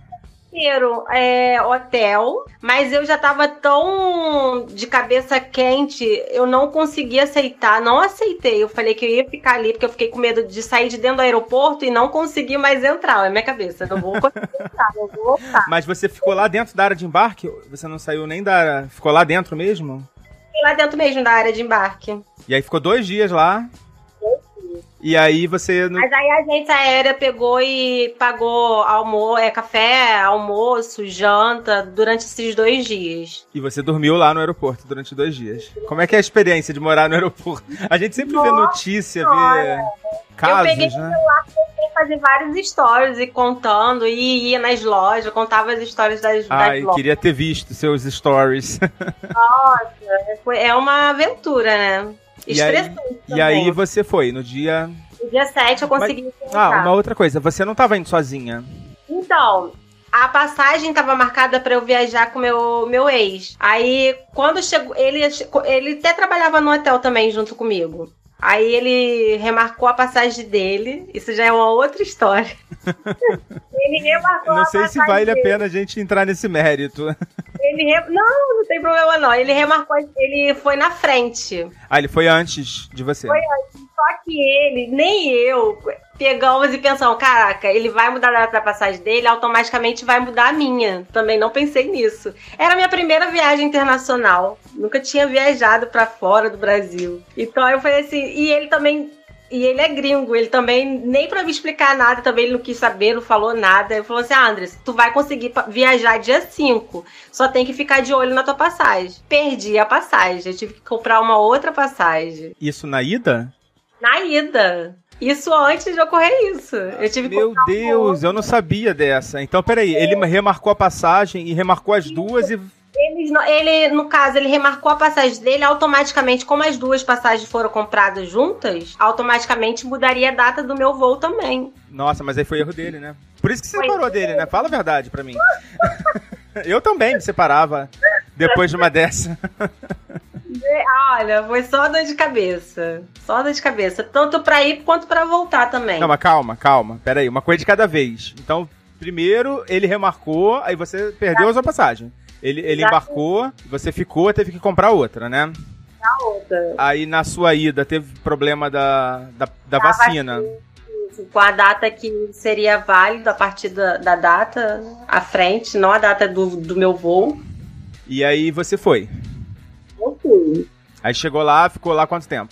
É, hotel, mas eu já tava tão de cabeça quente, eu não consegui aceitar, não aceitei. Eu falei que eu ia ficar ali, porque eu fiquei com medo de sair de dentro do aeroporto e não conseguir mais entrar. É minha cabeça, não vou conseguir entrar, não vou voltar. Mas você ficou lá dentro da área de embarque? Você não saiu nem da área, ficou lá dentro mesmo? Fiquei lá dentro mesmo da área de embarque. E aí ficou dois dias lá? E aí você... Não... Mas aí a agência aérea pegou e pagou almo é, café, almoço, janta durante esses dois dias. E você dormiu lá no aeroporto durante dois dias. Como é que é a experiência de morar no aeroporto? A gente sempre Nossa, vê notícia, vê casos, eu peguei né? lá, comecei a fazer vários stories e contando, e ia nas lojas, contava as histórias das, Ai, das lojas. Queria ter visto seus stories. Nossa, foi, é uma aventura, né? Estressante também. E aí você foi, no dia... No dia sete eu consegui Mas... Ah, uma outra coisa, você não estava indo sozinha? Então, a passagem estava marcada para eu viajar com meu meu ex. Aí, quando chegou... Ele, ele até trabalhava no hotel também junto comigo. Aí ele remarcou a passagem dele. Isso já é uma outra história. Ele remarcou não a sei passagem se vale dele. a pena a gente entrar nesse mérito. Ele re... Não, não tem problema não. Ele remarcou, ele foi na frente. Ah, ele foi antes de você. Foi antes. Só que ele, nem eu, pegamos e pensamos, caraca, ele vai mudar a data da passagem dele, automaticamente vai mudar a minha. Também não pensei nisso. Era a minha primeira viagem internacional. Nunca tinha viajado pra fora do Brasil. Então eu falei assim, e ele também... E ele é gringo, ele também, nem pra me explicar nada, também ele não quis saber, não falou nada. Ele falou assim, ah, Andrés, tu vai conseguir viajar dia cinco, só tem que ficar de olho na tua passagem. Perdi a passagem, eu tive que comprar uma outra passagem. Isso na ida? Na ida. Isso antes de ocorrer isso. Eu tive que Meu Deus, eu não sabia dessa. Então, peraí, ele remarcou a passagem e remarcou as duas e... Ele, ele, no caso, ele remarcou a passagem dele automaticamente, como as duas passagens foram compradas juntas, automaticamente mudaria a data do meu voo também. Nossa, mas aí foi erro dele, né? Por isso que você separou dele, né? Fala a verdade pra mim. Eu também me separava depois de uma dessa. Olha, foi só dor de cabeça. Só dor de cabeça. Tanto pra ir quanto pra voltar também. Não, mas calma, calma. Pera aí, uma coisa de cada vez. Então, primeiro ele remarcou, aí você perdeu a sua passagem. Ele, ele embarcou, você ficou, teve que comprar outra, né? A outra. Aí na sua ida teve problema da, da, da vacina. vacina. Com a data que seria válida a partir da, da data à frente, não a data do, do meu voo. E aí você foi? Eu fui. Aí chegou lá, ficou lá quanto tempo?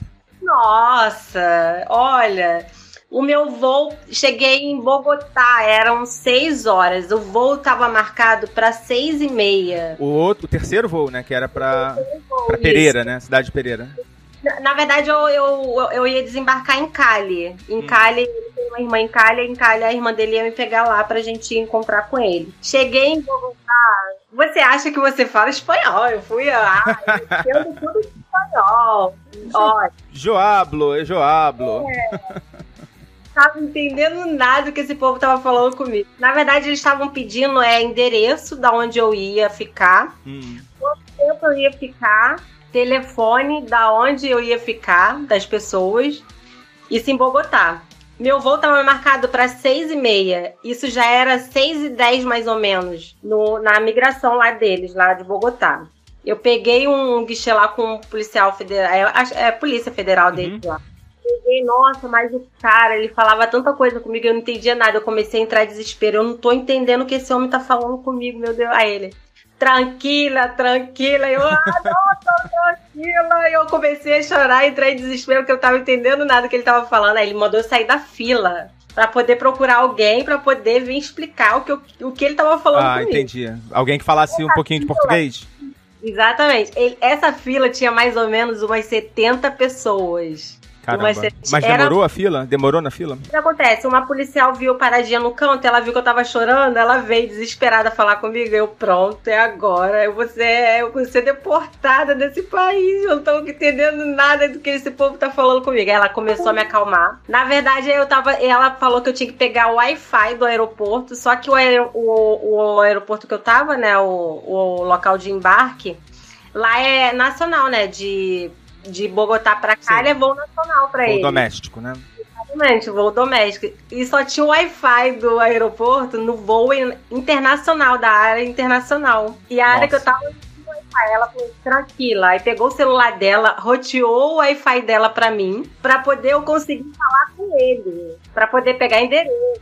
Nossa, olha... O meu voo, cheguei em Bogotá, eram seis horas. O voo estava marcado para seis e meia. O outro, o terceiro voo, né? Que era para para Pereira, né? Cidade de Pereira. Na, na verdade, eu, eu, eu ia desembarcar em Cali. Em hum. Cali, ele tem uma irmã em Cali. Em Cali, a irmã dele ia me pegar lá pra gente encontrar com ele. Cheguei em Bogotá. Você acha que você fala espanhol? Eu fui lá, eu entendo tudo de espanhol. Olha. Joablo, é Joablo. É. Tava entendendo nada do que esse povo tava falando comigo. Na verdade, eles estavam pedindo é, endereço da onde eu ia ficar, hum. quanto tempo eu ia ficar, telefone da onde eu ia ficar, das pessoas, isso em Bogotá. Meu voo tava marcado para seis e meia, isso já era seis e dez mais ou menos, no, na migração lá deles, lá de Bogotá. Eu peguei um guichê lá com um policial federal, é, é a polícia federal deles uhum. lá. Peguei, nossa, mas o cara, ele falava tanta coisa comigo, eu não entendia nada. Eu comecei a entrar em desespero. Eu não tô entendendo o que esse homem tá falando comigo, meu Deus. Aí ele, tranquila, tranquila. Eu, ah, não, tô tranquila. E eu comecei a chorar, entrei em desespero, porque eu tava entendendo nada do que ele tava falando. Aí ele mandou eu sair da fila pra poder procurar alguém, pra poder vir explicar o que, eu, o que ele tava falando ah, comigo. Ah, entendi. Alguém que falasse essa um pouquinho fila, de português? Exatamente. Ele, essa fila tinha mais ou menos umas setenta pessoas. Caramba. Mas demorou era... a fila? Demorou na fila? O que acontece? Uma policial viu paradinha no canto, ela viu que eu tava chorando, ela veio desesperada falar comigo, eu, pronto, é agora, eu vou ser, eu vou ser deportada desse país, eu não tô entendendo nada do que esse povo tá falando comigo. Aí ela começou a me acalmar. Na verdade, eu tava, ela falou que eu tinha que pegar o Wi-Fi do aeroporto, só que o, aer, o, o aeroporto que eu tava, né, o, o local de embarque, lá é nacional, né, de... de Bogotá pra Cali é voo nacional pra ele. Voo doméstico, né? Exatamente, voo doméstico. E só tinha o Wi-Fi do aeroporto no voo internacional, da área internacional. E a Nossa. área que eu tava no Wi-Fi, ela falou, tranquila. Aí pegou o celular dela, roteou o Wi-Fi dela pra mim, pra poder eu conseguir falar com ele. Pra poder pegar endereço,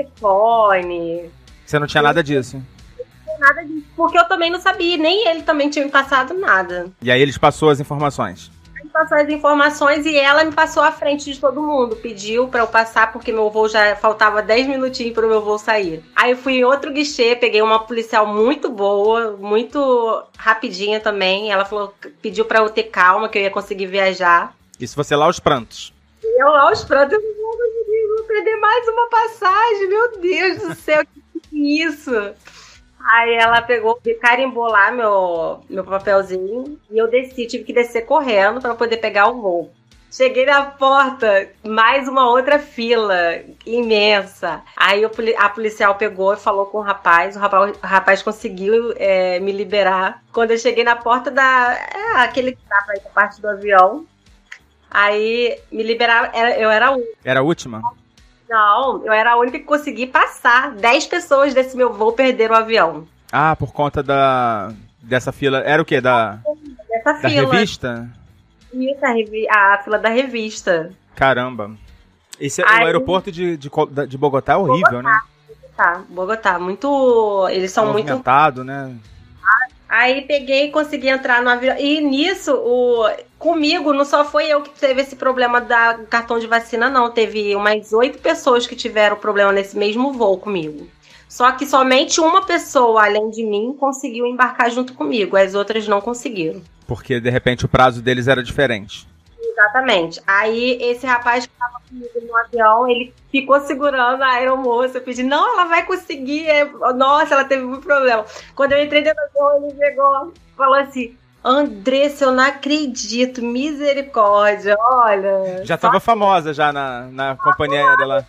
telefone. Você não tinha nada disso? Não tinha nada disso, porque eu também não sabia, nem ele também tinha me passado nada. E aí eles passou as informações? passou as informações e ela me passou à frente de todo mundo. Pediu pra eu passar porque meu voo já faltava dez minutinhos pro meu voo sair. Aí eu fui em outro guichê, peguei uma policial muito boa, muito rapidinha também. Ela falou, pediu pra eu ter calma, que eu ia conseguir viajar. Isso você lá aos prantos. Eu lá aos prantos, eu não vou conseguir, vou perder mais uma passagem, meu Deus do céu, que é isso? Aí ela pegou, carimbou lá meu, meu papelzinho e eu desci, tive que descer correndo para poder pegar o voo. Cheguei na porta, mais uma outra fila imensa. Aí a policial pegou e falou com o rapaz, o rapaz, o rapaz conseguiu é, me liberar. Quando eu cheguei na porta da... É, aquele que tá pra ir pra parte do avião. Aí me liberaram, eu era a única. Era a última? Não, eu era a única que consegui passar. Dez pessoas desse meu voo perderam o avião. Ah, por conta da dessa fila. Era o quê? Da, Dessa da fila. revista? Isso, a, revi... a fila da revista. Caramba. Esse, Aí... O aeroporto de, de, de Bogotá é horrível, Bogotá, né? Bogotá, Bogotá. Muito... Eles são muito... Movimentado, né? Aí peguei e consegui entrar no avião. E nisso, o... comigo, não só foi eu que teve esse problema da cartão de vacina, não. Teve umas oito pessoas que tiveram problema nesse mesmo voo comigo. Só que somente uma pessoa, além de mim, conseguiu embarcar junto comigo. As outras não conseguiram. Porque, de repente, o prazo deles era diferente. Exatamente. Aí, esse rapaz que estava comigo no avião, ele ficou segurando a aeromoça. Eu pedi, não, ela vai conseguir. Nossa, ela teve muito problema. Quando eu entrei dentro do avião, ele pegou, falou assim, Andressa, eu não acredito, misericórdia, olha. Já estava famosa já na, na companhia aérea lá.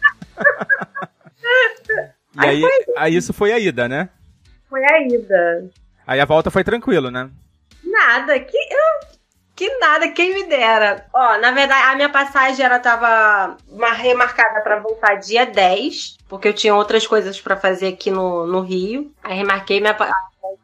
E aí, aí, aí isso foi a ida, né? Foi a ida. Aí a volta foi tranquilo, né? Nada, que, que nada, quem me dera. Ó, na verdade, a minha passagem ela tava remarcada pra voltar dia dez, porque eu tinha outras coisas pra fazer aqui no, no Rio. Aí remarquei minha passagem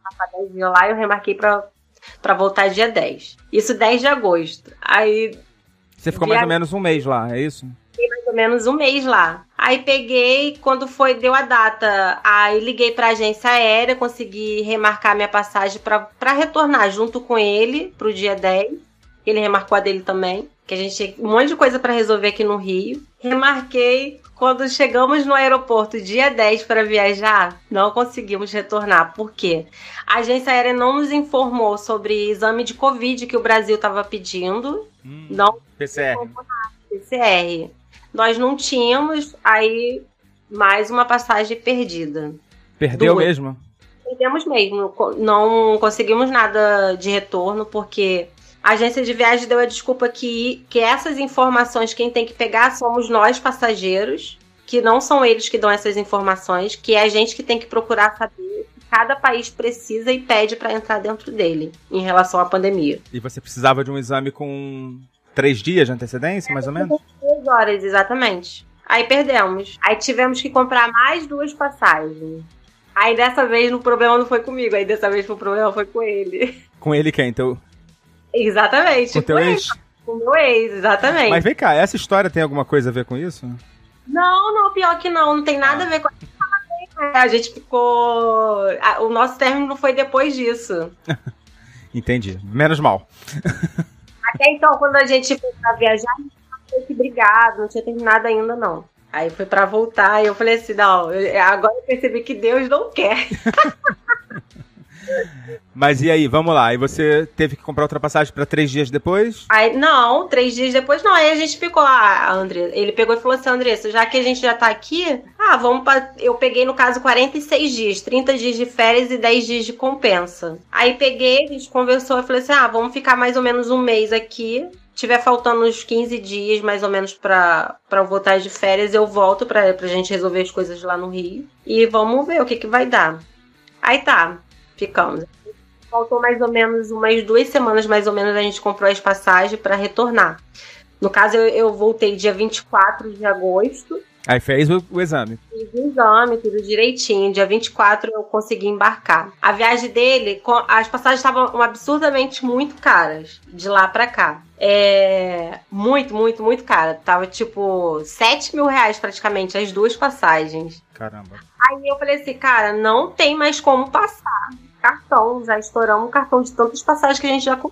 lá e eu remarquei pra, pra voltar dia dez. Isso dez de agosto. Aí... Você ficou dia... mais ou menos um mês lá, é isso? Fiquei mais ou menos um mês lá. Aí peguei, quando foi, deu a data, aí liguei pra agência aérea, consegui remarcar minha passagem pra, pra retornar junto com ele pro dia dez. Ele remarcou a dele também, que a gente tinha um monte de coisa pra resolver aqui no Rio. Remarquei, quando chegamos no aeroporto dia dez para viajar, não conseguimos retornar. Por quê? A agência aérea não nos informou sobre exame de Covid que o Brasil estava pedindo. Hum, não P C R. P C R. Nós não tínhamos, aí mais uma passagem perdida. Perdeu Duas. mesmo? Perdemos mesmo. Não conseguimos nada de retorno, porque a agência de viagem deu a desculpa que, que essas informações quem tem que pegar somos nós, passageiros, que não são eles que dão essas informações, que é a gente que tem que procurar saber o que cada país precisa e pede para entrar dentro dele, em relação à pandemia. E você precisava de um exame com... Três dias de antecedência, mais ou menos? Três horas, exatamente. Aí perdemos. Aí tivemos que comprar mais duas passagens. Aí dessa vez o problema não foi comigo, aí dessa vez o problema foi com ele. Com ele quem? Teu... Exatamente. Com teu ex? Com o meu ex, exatamente. Mas vem cá, essa história tem alguma coisa a ver com isso? Não, não, pior que não. Não tem nada a ver com isso. A gente ficou... O nosso término não foi depois disso. Entendi. Menos mal. Até então, quando a gente foi pra viajar, a gente não tinha que brigar, não tinha terminado ainda, não. Aí foi pra voltar e eu falei assim, não, eu, agora eu percebi que Deus não quer. Mas e aí, vamos lá, aí você teve que comprar outra passagem pra três dias depois? Aí, não, três dias depois não, aí a gente ficou, ah, André, ele pegou e falou assim, Andressa, já que a gente já tá aqui, ah, vamos pra... Eu peguei, no caso, quarenta e seis dias, trinta dias de férias e dez dias de compensa. Aí peguei, a gente conversou, eu falei assim, ah, vamos ficar mais ou menos um mês aqui, tiver faltando uns quinze dias, mais ou menos, pra, pra eu voltar de férias, eu volto pra, pra gente resolver as coisas lá no Rio, e vamos ver o que que vai dar. Aí tá, ficamos. Faltou mais ou menos umas duas semanas, mais ou menos, a gente comprou as passagens para retornar. No caso, eu, eu voltei dia vinte e quatro de agosto. Aí fez o, o exame. Fiz o exame, tudo direitinho. Dia vinte e quatro eu consegui embarcar. A viagem dele, as passagens estavam absurdamente muito caras, de lá para cá. É... Muito, muito, muito cara. Tava tipo sete mil reais praticamente, as duas passagens. Caramba. Aí eu falei assim, cara, não tem mais como passar. Cartão, já estouramos o cartão de tantas passagens que a gente já comprou.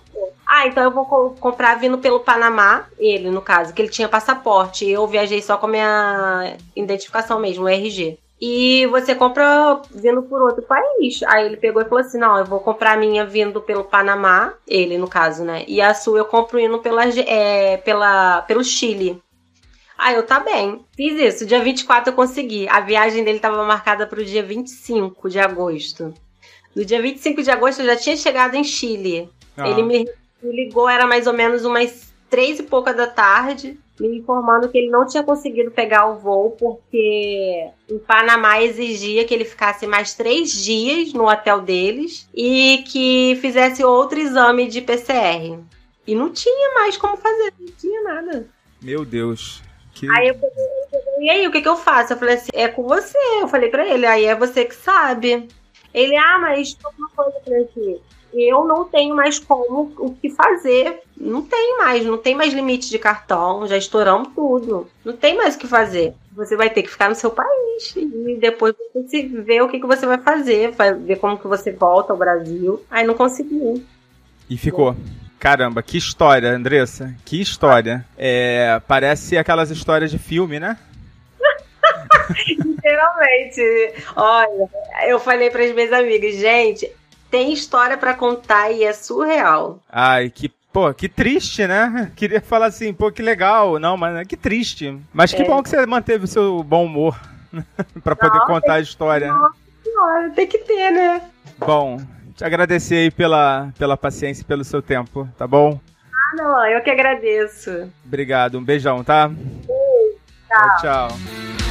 Ah, então eu vou co- comprar vindo pelo Panamá, ele, no caso, que ele tinha passaporte. Eu viajei só com a minha identificação mesmo, o R G. E você compra vindo por outro país. Aí ele pegou e falou assim, não, eu vou comprar a minha vindo pelo Panamá, ele, no caso, né? E a sua eu compro indo pela, é, pela, pelo Chile. Aí eu, tá bem. Fiz isso. Dia vinte e quatro eu consegui. A viagem dele estava marcada para o dia vinte e cinco de agosto. No dia vinte e cinco de agosto eu já tinha chegado em Chile. Ah. Ele me, me ligou, era mais ou menos umas três e pouca da tarde, me informando que ele não tinha conseguido pegar o voo porque em Panamá exigia que ele ficasse mais três dias no hotel deles e que fizesse outro exame de P C R. E não tinha mais como fazer, não tinha nada. Meu Deus. Que... Aí eu falei, e aí, o que que eu faço? Eu falei assim, é com você. Eu falei pra ele, aí é você que sabe. Ele, ah, mas uma coisa, eu falei assim, eu não tenho mais como o que fazer. Não tem mais, não tem mais limite de cartão, já estouramos tudo. Não tem mais o que fazer. Você vai ter que ficar no seu país. E depois você vê o que, que você vai fazer, vai ver como que você volta ao Brasil. Aí não conseguiu. E ficou. Caramba, que história, Andressa. Que história. É, parece aquelas histórias de filme, né? Literalmente. Olha, eu falei para as minhas amigas, gente, tem história para contar e é surreal. Ai, que, pô, que triste, né? Queria falar assim, pô, que legal. Não, mas que triste. Mas que é. Bom que você manteve o seu bom humor para poder não, contar a história. Nossa senhora, tem que ter, né? Bom, te agradecer aí pela, pela paciência e pelo seu tempo, tá bom? Ah, não, eu que agradeço. Obrigado, um beijão, tá? Beijo, tchau. Tchau, tchau.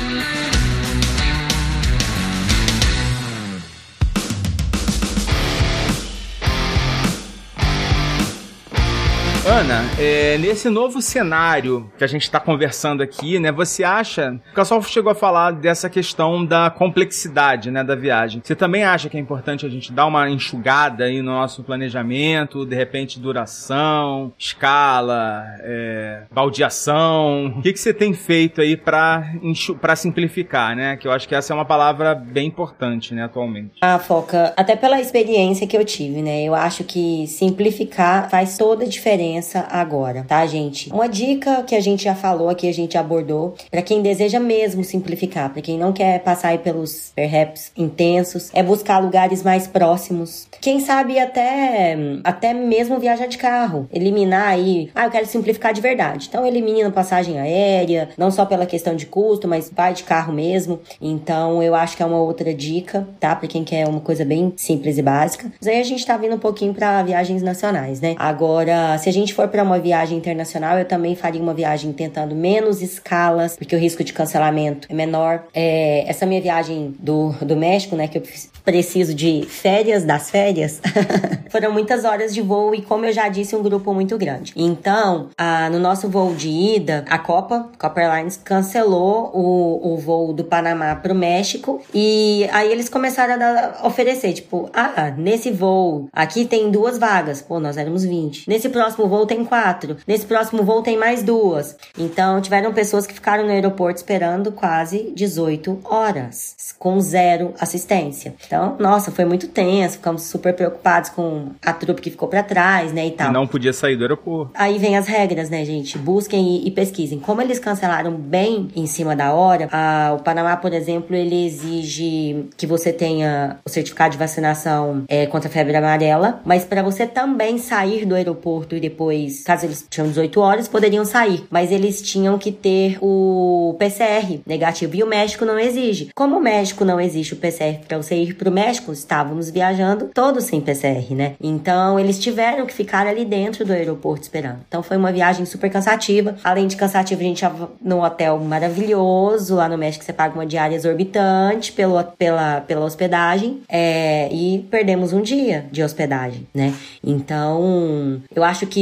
Ana, é, nesse novo cenário que a gente está conversando aqui, né, você acha... O pessoal chegou a falar dessa questão da complexidade, né, da viagem. Você também acha que é importante a gente dar uma enxugada aí no nosso planejamento, de repente duração, escala, é, baldeação? O que, que você tem feito aí para para simplificar, né? Que eu acho que essa é uma palavra bem importante, né, atualmente. Ah, Foca, até pela experiência que eu tive, né, eu acho que simplificar faz toda a diferença agora, tá, gente? Uma dica que a gente já falou aqui, a gente abordou, para quem deseja mesmo simplificar, para quem não quer passar aí pelos perhaps intensos, é buscar lugares mais próximos. Quem sabe até, até mesmo viajar de carro, eliminar aí, ah, eu quero simplificar de verdade. Então elimina passagem aérea, não só pela questão de custo, mas vai de carro mesmo. Então eu acho que é uma outra dica, tá? Para quem quer uma coisa bem simples e básica. Mas aí a gente tá vindo um pouquinho para viagens nacionais, né? Agora, se a gente for para uma viagem internacional, eu também faria uma viagem tentando menos escalas, porque o risco de cancelamento é menor. É, essa minha viagem do, do México, né, que eu preciso de férias das férias, foram muitas horas de voo e, como eu já disse, um grupo muito grande. Então, a, no nosso voo de ida, a Copa, Copa Airlines, cancelou o, o voo do Panamá pro México e aí eles começaram a, dar, a oferecer, tipo, ah, nesse voo, aqui tem duas vagas. Pô, nós éramos vinte. Nesse próximo voo tem quatro. Nesse próximo voo tem mais duas. Então, tiveram pessoas que ficaram no aeroporto esperando quase dezoito horas, com zero assistência. Então, nossa, foi muito tenso. Ficamos super preocupados com a trupe que ficou pra trás, né, e tal. E não podia sair do aeroporto. Aí vem as regras, né, gente? Busquem e, e pesquisem. Como eles cancelaram bem em cima da hora, a, o Panamá, por exemplo, ele exige que você tenha o certificado de vacinação é, contra a febre amarela, mas para você também sair do aeroporto e depois, caso eles tinham dezoito horas, poderiam sair. Mas eles tinham que ter o P C R negativo e o México não exige. Como o México não exige o P C R para você ir pro México, estávamos viajando todos sem P C R, né? Então, eles tiveram que ficar ali dentro do aeroporto esperando. Então, foi uma viagem super cansativa. Além de cansativa, a gente estava num hotel maravilhoso. Lá no México, você paga uma diária exorbitante pelo, pela, pela hospedagem. É, e perdemos um dia de hospedagem, né? Então, eu acho que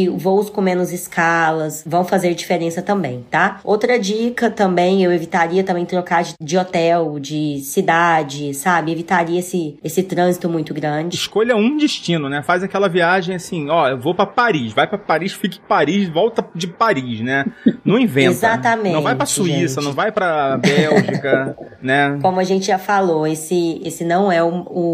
que voos com menos escalas vão fazer diferença também, tá? Outra dica também, eu evitaria também trocar de, de hotel, de cidade, sabe? Evitaria esse, esse trânsito muito grande. Escolha um destino, né? Faz aquela viagem assim, ó, eu vou pra Paris, vai pra Paris, fique em Paris, volta de Paris, né? Não inventa. Exatamente. Não vai pra Suíça, gente. Não vai pra Bélgica, né? Como a gente já falou, esse, esse não é o,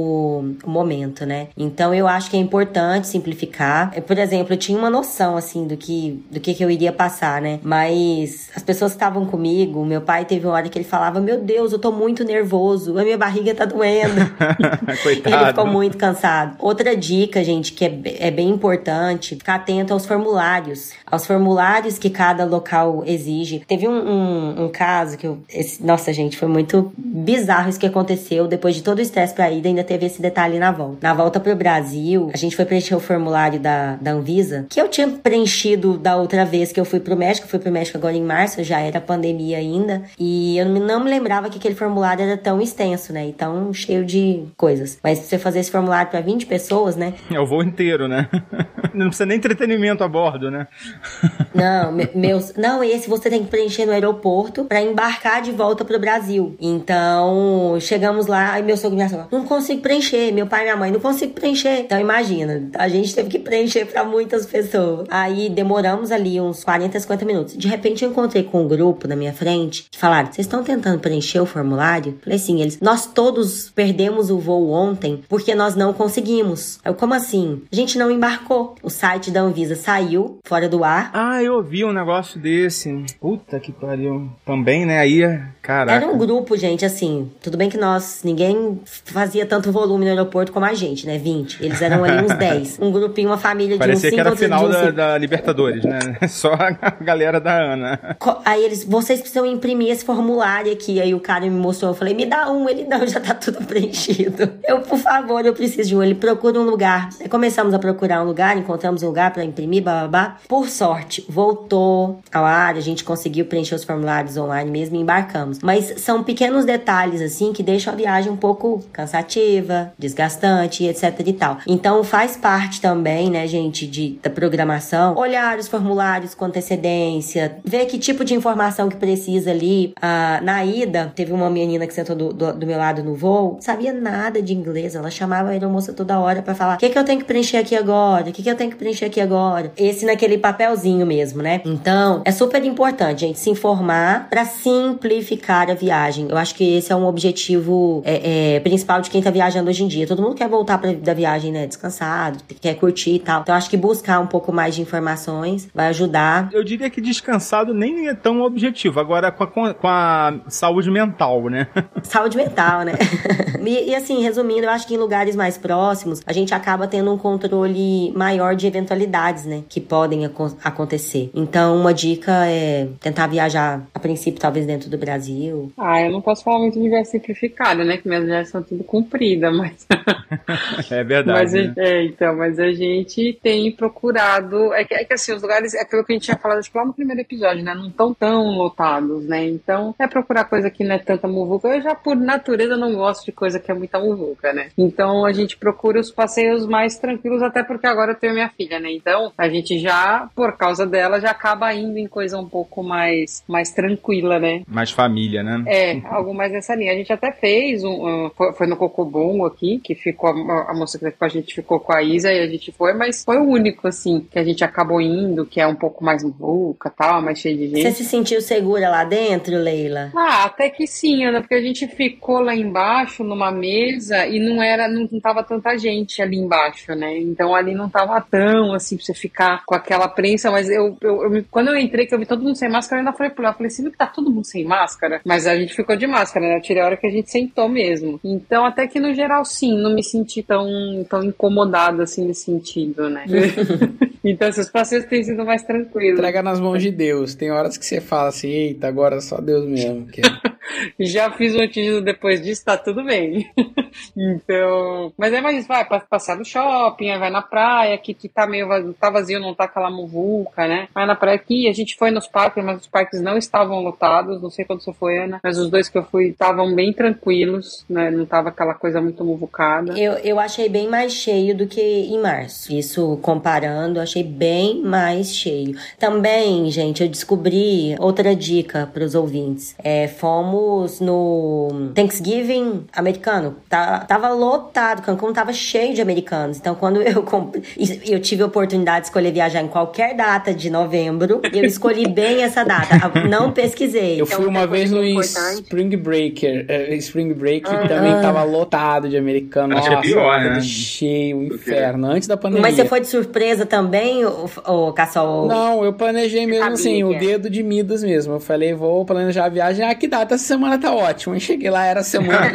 o, o momento, né? Então eu acho que é importante simplificar. Por exemplo, eu tinha uma noção, assim, do que, do que, que eu iria passar, né? Mas as pessoas que estavam comigo, meu pai teve uma hora que ele falava, meu Deus, eu tô muito nervoso, a minha barriga tá doendo. Coitado. Ele ficou muito cansado. Outra dica, gente, que é, é bem importante, ficar atento aos formulários. Aos formulários que cada local exige. Teve um, um, um caso que eu... Esse, nossa, gente, foi muito bizarro isso que aconteceu. Depois de todo o estresse pra ida, ainda teve esse detalhe na volta. Na volta pro Brasil, a gente foi preencher o formulário da, da Anvisa, que eu tinha preenchido da outra vez que eu fui pro México. Eu fui pro México agora em março, já era pandemia ainda. E eu não me lembrava que aquele formulário era tão extenso, né? E tão cheio de coisas. Mas se você fazer esse formulário pra vinte pessoas, né? É o voo inteiro, né? Não precisa nem entretenimento a bordo, né? Não, me, meus... Não, esse você tem que preencher no aeroporto pra embarcar de volta pro Brasil. Então, chegamos lá e meu sogro me falou, não consigo preencher. Meu pai e minha mãe, não consigo preencher. Então, imagina, a gente teve que preencher pra muitas pessoas. Aí, demoramos ali uns quarenta, cinquenta minutos. De repente, eu encontrei com um grupo na minha frente que falaram, vocês estão tentando preencher o formulário? Falei assim, eles, nós todos perdemos o voo ontem porque nós não conseguimos. Eu, como assim? A gente não embarcou. O site da Anvisa saiu fora do ar. Ah, eu ouvi um negócio desse. Puta que pariu. Também, né? Aí, caraca. Era um grupo, gente, assim, tudo bem que nós, ninguém fazia tanto volume no aeroporto como a gente, né? vinte. Eles eram ali uns dez. Um grupinho, uma família de Parecia uns cinco. Parecia que era a final da, da, da Libertadores, né? Só a galera da Ana. Aí eles, vocês precisam imprimir esse formulário aqui. Aí o cara me mostrou, eu falei, me dá um. Ele, não, já tá tudo preenchido. Eu, por favor, eu preciso de um. Ele procura um lugar. Aí começamos a procurar um lugar, encontramos um lugar pra imprimir, blá, blá, blá. Por sorte, voltou ao ar, a gente conseguiu preencher os formulários online mesmo e embarcamos. Mas são pequenos detalhes, assim, que deixam a viagem um pouco cansativa, desgastante, etc e tal. Então, faz parte também, né, gente, de, da programação, olhar os formulários com antecedência, ver que tipo de informação que precisa ali. Ah, na ida, teve uma menina que sentou do, do, do meu lado no voo, sabia nada de inglês, ela chamava a aeromoça toda hora pra falar, o que que eu tenho que preencher aqui agora? O que que eu tenho que preencher aqui agora? Esse naquele papelzinho mesmo, né? Então, é super importante, gente, se informar pra simplificar a viagem. Eu acho que esse é um objetivo é, é, principal de quem tá viajando hoje em dia. Todo mundo quer voltar pra, da viagem, né, descansado, quer curtir e tal. Então, acho que buscar um pouco mais de informações vai ajudar. Eu diria que descansado nem é tão objetivo. Agora, com a, com a saúde mental, né? Saúde mental, né? e, e assim, resumindo, eu acho que em lugares mais próximos, a gente acaba tendo um controle maior de eventualidades, né, que podem ac- acontecer. Então, uma dica é tentar viajar, a princípio, talvez dentro do Brasil. Ah, eu não posso falar muito de viagem simplificada, né, que minhas viagens são tudo compridas, mas... É verdade. Mas, né? é, então, mas a gente tem procurado... É que, é que assim, os lugares, é aquilo que a gente tinha falado, acho que lá no primeiro episódio, né, não estão tão lotados, né, então é procurar coisa que não é tanta muvuca. Eu já, por natureza, não gosto de coisa que é muita muvuca, né, então a gente procura os passeios mais tranquilos, até porque agora eu tenho minha filha, né, então a gente já, por causa dela, já acaba indo em coisa um pouco mais, mais tranquila, né. Mais família, né? É, algo mais nessa linha. A gente até fez, um, um, foi, foi no Cocobongo aqui, que ficou, a, a moça que com a gente ficou com a Isa e a gente foi, mas foi o único, assim, que a gente acabou indo, que é um pouco mais muvuca e tal, mais cheio de gente. Você se sentiu segura lá dentro, Leila? Ah, até que sim, Ana, porque a gente ficou lá embaixo, numa mesa, e não era, não, não tava tanta gente ali embaixo, né? Então ali não tava tão, assim, pra você ficar com aquela prensa, mas eu, eu, eu quando eu entrei, que eu vi todo mundo sem máscara, eu ainda falei pro Léo, eu falei, você viu que tá todo mundo sem máscara? Mas a gente ficou de máscara, né? Eu tirei a hora que a gente sentou mesmo. Então, até que no geral, sim, não me senti tão, tão incomodada, assim, nesse sentido, né? Então, esses passeios têm sido mais tranquilos. Entrega nas mãos de Deus. Tem horas que você fala assim, eita, agora só Deus mesmo. Que... Já fiz um antígeno depois disso, tá tudo bem. Então, mas é mais, vai passear no shopping, vai na praia, que, que tá meio vazio, tá vazio, não tá aquela muvuca, né? Vai na praia aqui, a gente foi nos parques, mas os parques não estavam lotados, não sei quando você foi, Ana, mas os dois que eu fui estavam bem tranquilos, né? Não tava aquela coisa muito muvucada. Eu, eu achei bem mais cheio do que em março. Isso, comparando, achei bem mais cheio. Também, gente, eu descobri outra dica para os ouvintes. É, fomos no Thanksgiving americano. Tá, tava lotado, Cancún tava cheio de americanos. Então, quando eu comprei, eu tive a oportunidade de escolher viajar em qualquer data de novembro, eu escolhi bem essa data. Não pesquisei. Eu fui então, uma vez no importante. Spring Breaker. Uh, Spring Break ah, também ah. tava lotado de americano. Acho Nossa, que é pior, né? cheio, um inferno. Antes da pandemia. Mas você foi de surpresa também, ô, ô Cassol? Não, eu planejei mesmo Sabia assim, o é. dedo de Midas mesmo. Eu falei, vou planejar a viagem. Ah, que data? Essa semana tá ótimo. Eu cheguei lá, era semana.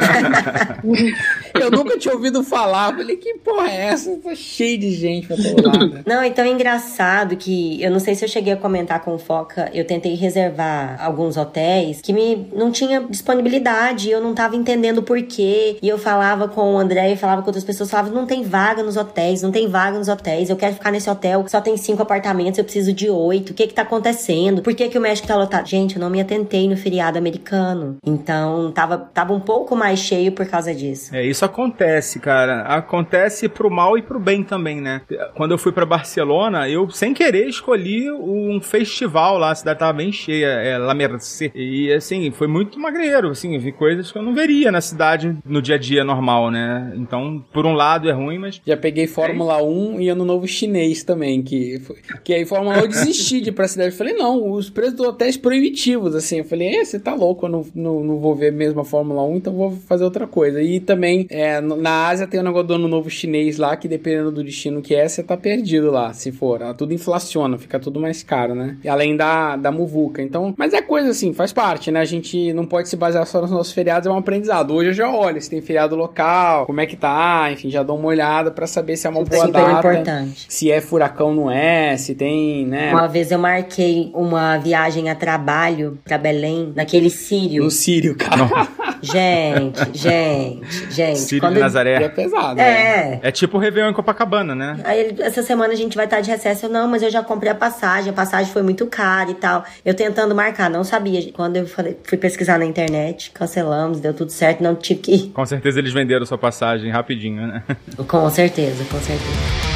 Eu nunca tinha ouvido falar. Falei, que porra é essa? Tá cheio de gente pra todo lado. Não, então é engraçado que, eu não sei se eu cheguei a comentar com o Foca, eu tentei reservar alguns hotéis que me, não tinha disponibilidade, eu não tava entendendo por quê. E eu falava com o André e falava com outras pessoas, falava, não tem vaga nos hotéis, não tem vaga nos hotéis, eu quero ficar nesse hotel, só tem cinco apartamentos, eu preciso de oito, o que que tá acontecendo? Por que que o México tá lotado? Gente, eu não me atentei no feriado americano, então tava, tava um pouco mais cheio por causa disso. É, isso acontece, cara, acontece pro mal e pro bem também, né? Quando eu fui pra Barcelona, eu, sem querer, escolhi um festival lá, a cidade tava bem cheia, é La Merced, e assim, foi muito magreiro, assim, vi coisas que eu não veria na cidade no dia a dia normal, né? Então, por um lado é ruim, mas... Já peguei Fórmula um e ano novo chinês também, que foi, que aí Fórmula um eu desisti de ir pra cidade. Eu falei, não, os preços do hotéis proibitivos, assim. Eu falei, é, você tá louco, eu não, não, não vou ver mesmo a Fórmula um, então vou fazer outra coisa. E também, é, na Ásia tem o um negócio do ano novo chinês lá, que dependendo do destino que é, você tá perdido lá, se for. Tudo inflaciona, fica tudo mais caro, né? E além da, da muvuca. Então, mas é coisa assim, faz parte, né? A gente não pode se basear só nos nossos feriados, é um aprendizado. Hoje eu já olho se tem feriado local, como é que tá, enfim, já dou uma olhada pra saber se é uma boa Super data. importante. Se é furacão, não é, se tem, né? Uma vez eu marquei uma viagem a trabalho pra Belém, naquele Sírio. No Sírio, cara. Gente, gente, gente. Sírio quando de Nazaré. É pesado, É. né? É tipo o Réveillon em Copacabana, né? Aí ele, essa semana a gente vai estar de recesso. Eu, não, mas eu já comprei a passagem, a passagem foi muito cara e tal. Eu tentando marcar, não sabia. Quando eu falei, fui pesquisar na internet, cancelamos, deu tudo certo, não tive que ir. Com certeza eles venderam sua passagem rapidinho, né? Com certeza, com certeza.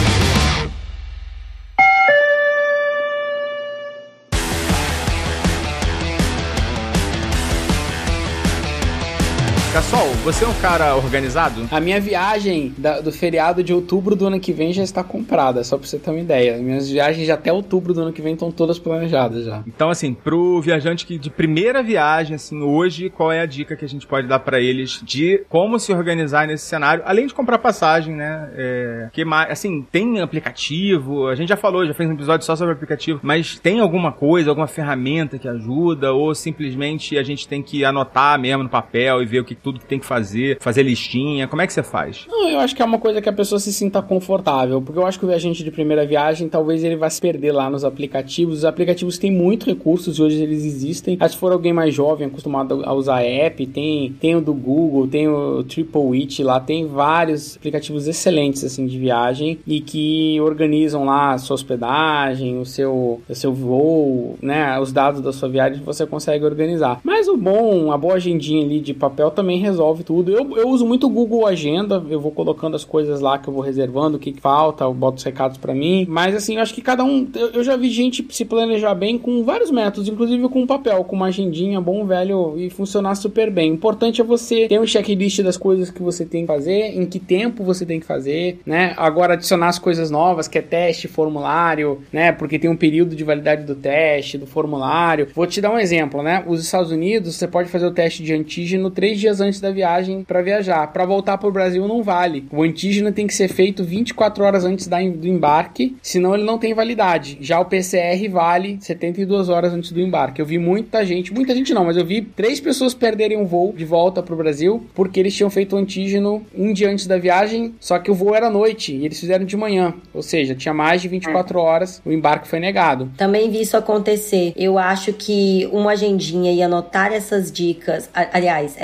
Cassol, você é um cara organizado? A minha viagem da, do feriado de outubro do ano que vem já está comprada, só pra você ter uma ideia. Minhas viagens até outubro do ano que vem estão todas planejadas já. Então, assim, pro viajante que de primeira viagem, assim, hoje, qual é a dica que a gente pode dar pra eles de como se organizar nesse cenário, além de comprar passagem, né? É, que mais, assim, tem aplicativo, a gente já falou, já fez um episódio só sobre aplicativo, mas tem alguma coisa, alguma ferramenta que ajuda, ou simplesmente a gente tem que anotar mesmo no papel e ver o que tudo que tem que fazer, fazer listinha, como é que você faz? Não, eu acho que é uma coisa que a pessoa se sinta confortável, porque eu acho que o viajante de primeira viagem, talvez ele vá se perder lá nos aplicativos. Os aplicativos têm muitos recursos e hoje eles existem. Mas se for alguém mais jovem, acostumado a usar app, tem, tem o do Google, tem o Triple It lá, tem vários aplicativos excelentes, assim, de viagem e que organizam lá a sua hospedagem, o seu, o seu voo, né, os dados da sua viagem você consegue organizar. Mas o bom, a boa agendinha ali de papel também resolve tudo. Eu, eu uso muito o Google Agenda, eu vou colocando as coisas lá que eu vou reservando, o que, que falta, eu boto os recados pra mim, mas assim, eu acho que cada um, eu, eu já vi gente se planejar bem com vários métodos, inclusive com papel, com uma agendinha, bom velho, e funcionar super bem. O importante é você ter um checklist das coisas que você tem que fazer, em que tempo você tem que fazer, né, agora adicionar as coisas novas, que é teste, formulário, né, porque tem um período de validade do teste, do formulário. Vou te dar um exemplo, né, os Estados Unidos, você pode fazer o teste de antígeno três dias antes da viagem para viajar. Para voltar para o Brasil não vale. O antígeno tem que ser feito vinte e quatro horas antes da, do embarque, senão ele não tem validade. Já o P C R vale setenta e duas horas antes do embarque. Eu vi muita gente, muita gente não, mas eu vi três pessoas perderem um voo de volta para o Brasil porque eles tinham feito o antígeno um dia antes da viagem, só que o voo era à noite e eles fizeram de manhã. Ou seja, tinha mais de vinte e quatro horas, o embarque foi negado. Também vi isso acontecer. Eu acho que uma agendinha e anotar essas dicas, aliás, essas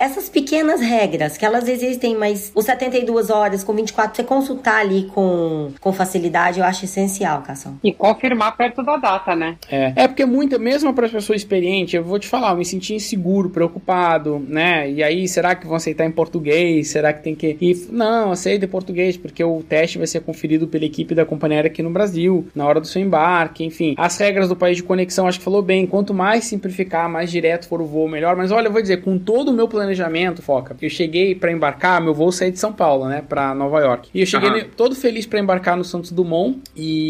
essas pequenas regras, que elas existem, mas os setenta e duas horas com vinte e quatro, você consultar ali com, com facilidade, eu acho essencial, Cação. E confirmar perto da data, né? É, é porque muita, mesmo para as pessoas experientes, eu vou te falar, eu me senti inseguro, preocupado, né? E aí, será que vão aceitar em português? Será que tem que... E, não, aceita em português, porque o teste vai ser conferido pela equipe da companhia aérea aqui no Brasil, na hora do seu embarque, enfim. As regras do país de conexão, acho que falou bem, quanto mais simplificar, mais direto for o voo, melhor. Mas olha, eu vou dizer, com todo o meu planejamento, Foca, eu cheguei para embarcar, meu voo saiu de São Paulo, né, para Nova York. E eu cheguei uhum. todo feliz para embarcar no Santos Dumont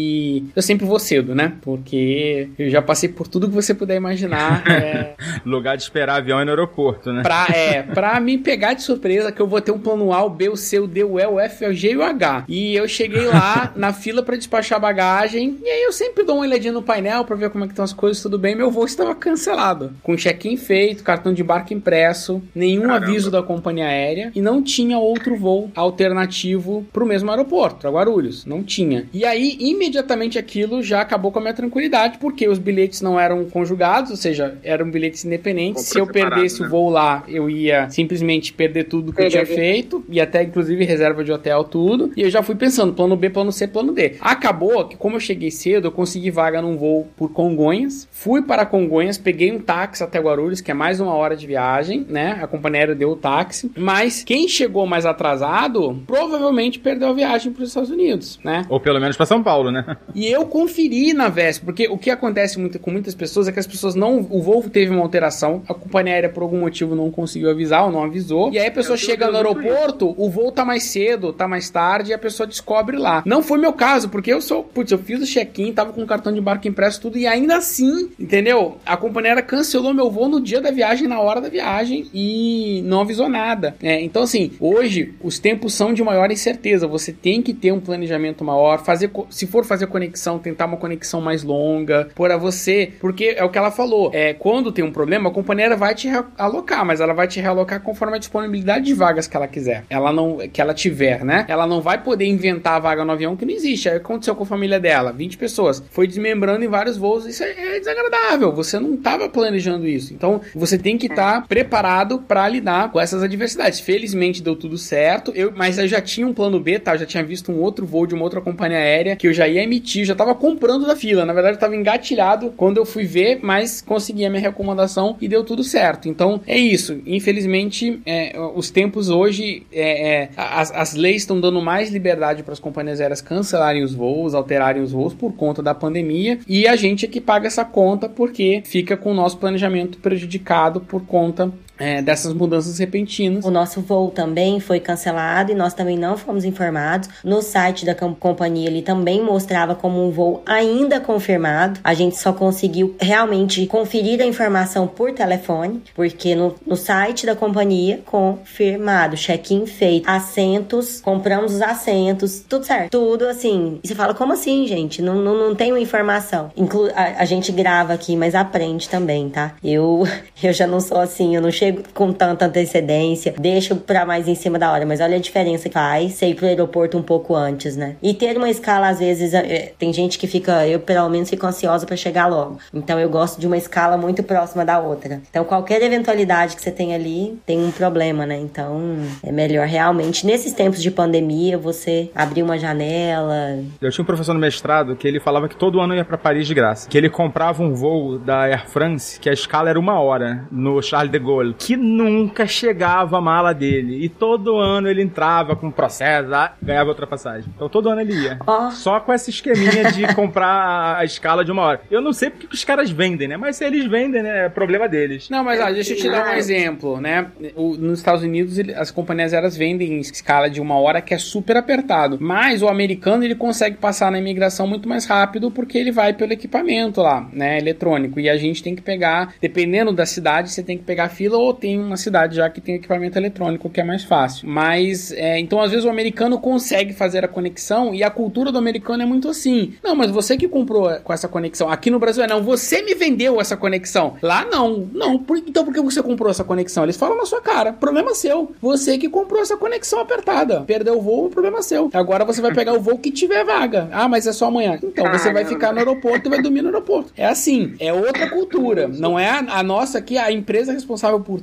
e eu sempre vou cedo, né, porque eu já passei por tudo que você puder imaginar. É... Lugar de esperar avião é no aeroporto, né? Pra, é, pra me pegar de surpresa que eu vou ter um plano A, o B, o C, o D, o E, o F, o G e o H. E eu cheguei lá na fila pra despachar bagagem e aí eu sempre dou uma olhadinha no painel pra ver como é que estão as coisas, tudo bem. Meu voo estava cancelado, com check-in feito, cartão de embarque impresso, nenhum Caramba. aviso da companhia aérea e não tinha outro voo alternativo pro mesmo aeroporto, pra Guarulhos. Não tinha. E aí, imediatamente aquilo já acabou com a minha tranquilidade, porque os bilhetes não eram conjugados, ou seja, eram bilhetes independentes. Se eu perdesse né? o voo lá, eu ia simplesmente perder tudo que eu tinha feito, e até inclusive reserva de hotel, tudo. E eu já fui pensando, plano B, plano C, plano D. Acabou que, como eu cheguei cedo, eu consegui vaga num voo por Congonhas, fui para Congonhas, peguei um táxi até Guarulhos, que é mais uma hora de viagem, né? A companhia aérea deu o táxi, mas quem chegou mais atrasado, provavelmente perdeu a viagem para os Estados Unidos, né? Ou pelo menos para São Paulo, né? E eu conferi na véspera, porque o que acontece muito, com muitas pessoas é que as pessoas não... O voo teve uma alteração, a companhia aérea por algum motivo não conseguiu avisar ou não avisou, e aí a pessoa chega no aeroporto, o voo tá mais cedo, tá mais tarde, e a pessoa descobre lá. Não foi meu caso, porque eu sou... Putz, eu fiz o check-in, tava com o cartão de embarque impresso, tudo, e ainda assim, entendeu? A companhia aérea cancelou meu voo no dia da viagem, na hora da viagem, e não avisou nada. É, então, assim, hoje, os tempos são de maior incerteza. Você tem que ter um planejamento maior, fazer, se for fazer conexão, tentar uma conexão mais longa, para você, porque é o que ela falou, é, quando tem um problema, a companhia aérea vai te alocar, mas ela vai te realocar conforme a disponibilidade de vagas que ela quiser, ela não, que ela tiver, né? Ela não vai poder inventar a vaga no avião que não existe. Aí aconteceu com a família dela, vinte pessoas, foi desmembrando em vários voos, isso é, é desagradável, você não estava planejando isso, então você tem que estar tá preparado para lidar com essas adversidades. Felizmente deu tudo certo, eu, mas eu já tinha um plano B, tá? Eu já tinha visto um outro voo de uma outra companhia aérea que eu já ia emitir, já tava comprando da fila, na verdade eu tava engatilhado quando eu fui ver, mas consegui a minha recomendação e deu tudo certo. Então é isso, infelizmente é, os tempos hoje é, é, as, as leis estão dando mais liberdade para as companhias aéreas cancelarem os voos, alterarem os voos por conta da pandemia, e a gente é que paga essa conta porque fica com o nosso planejamento prejudicado por conta É, dessas mudanças repentinas. O nosso voo também foi cancelado e nós também não fomos informados. No site da companhia ele também mostrava como um voo ainda confirmado. A gente só conseguiu realmente conferir a informação por telefone, porque no, no site da companhia, confirmado, check-in feito, assentos, compramos os assentos, tudo certo. Tudo assim. E você fala, como assim, gente? Não, não, não tem uma informação. Inclu a, a gente grava aqui, mas aprende também, tá? Eu, eu já não sou assim, eu não chego com tanta antecedência, deixo pra mais em cima da hora, mas olha a diferença que faz ser ir pro aeroporto um pouco antes, né? E ter uma escala, às vezes, é, tem gente que fica, eu pelo menos fico ansiosa pra chegar logo, então eu gosto de uma escala muito próxima da outra, então qualquer eventualidade que você tem ali, tem um problema, né? Então é melhor realmente, nesses tempos de pandemia, você abrir uma janela. Eu tinha um professor no mestrado que ele falava que todo ano ia pra Paris de graça, que ele comprava um voo da Air France, que a escala era uma hora, no Charles de Gaulle, que nunca chegava a mala dele. E todo ano ele entrava com processo, ganhava outra passagem. Então todo ano ele ia. Oh. Só com esse esqueminha de comprar a escala de uma hora. Eu não sei porque os caras vendem, né? Mas se eles vendem, né? É problema deles. Não, mas ó, deixa eu te dar um exemplo, né? O, nos Estados Unidos, ele, as companhias aéreas vendem escala de uma hora que é super apertado. Mas o americano, ele consegue passar na imigração muito mais rápido porque ele vai pelo equipamento lá, né? Eletrônico. E a gente tem que pegar, dependendo da cidade, você tem que pegar a fila ou tem uma cidade já que tem equipamento eletrônico, que é mais fácil. Mas, é, então às vezes o americano consegue fazer a conexão e a cultura do americano é muito assim. Não, mas você que comprou com essa conexão. Aqui no Brasil é não, você me vendeu essa conexão. Lá não. Não, por, então por que você comprou essa conexão? Eles falam na sua cara. Problema seu. Você que comprou essa conexão apertada. Perdeu o voo, problema seu. Agora você vai pegar o voo que tiver vaga. Ah, mas é só amanhã. Então você vai ficar no aeroporto e vai dormir no aeroporto. É assim. É outra cultura. Não é a, a nossa aqui, a empresa responsável por tudo, é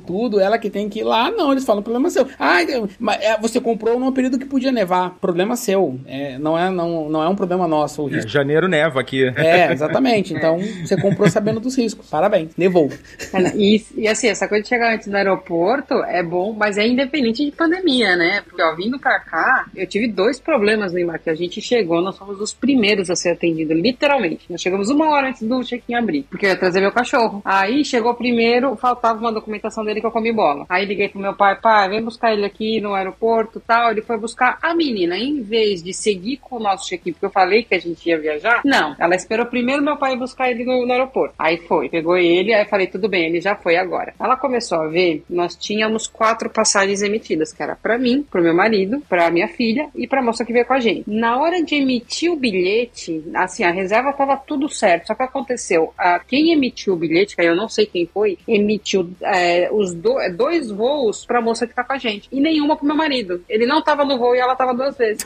ela que tem que ir lá. Não, eles falam, problema seu. Ah, mas você comprou num período que podia nevar. Problema seu. É, não, é, não, não é um problema nosso o risco. É, janeiro neva aqui. É, exatamente. Então, você comprou sabendo dos riscos. Parabéns. Nevou. E, e assim, essa coisa de chegar antes no aeroporto é bom, mas é independente de pandemia, né? Porque, ó, vindo pra cá, eu tive dois problemas no embarque. A gente chegou, nós fomos os primeiros a ser atendidos, literalmente. Nós chegamos uma hora antes do check-in abrir, porque eu ia trazer meu cachorro. Aí chegou primeiro, faltava uma documentação dele que eu comi bola. Aí liguei pro meu pai, pai, vem buscar ele aqui no aeroporto e tal. Ele foi buscar a menina, em vez de seguir com o nosso check-in, porque eu falei que a gente ia viajar. Não, ela esperou primeiro meu pai buscar ele no, no aeroporto. Aí foi, pegou ele, aí eu falei, tudo bem, ele já foi agora. Ela começou a ver, nós tínhamos quatro passagens emitidas, que era pra mim, pro meu marido, pra minha filha e pra moça que veio com a gente. Na hora de emitir o bilhete, assim, a reserva tava tudo certo, só que aconteceu, a, quem emitiu o bilhete, que aí eu não sei quem foi, emitiu é, os do, dois voos pra moça que tá com a gente, e nenhuma pro meu marido. Ele não tava no voo e ela tava duas vezes.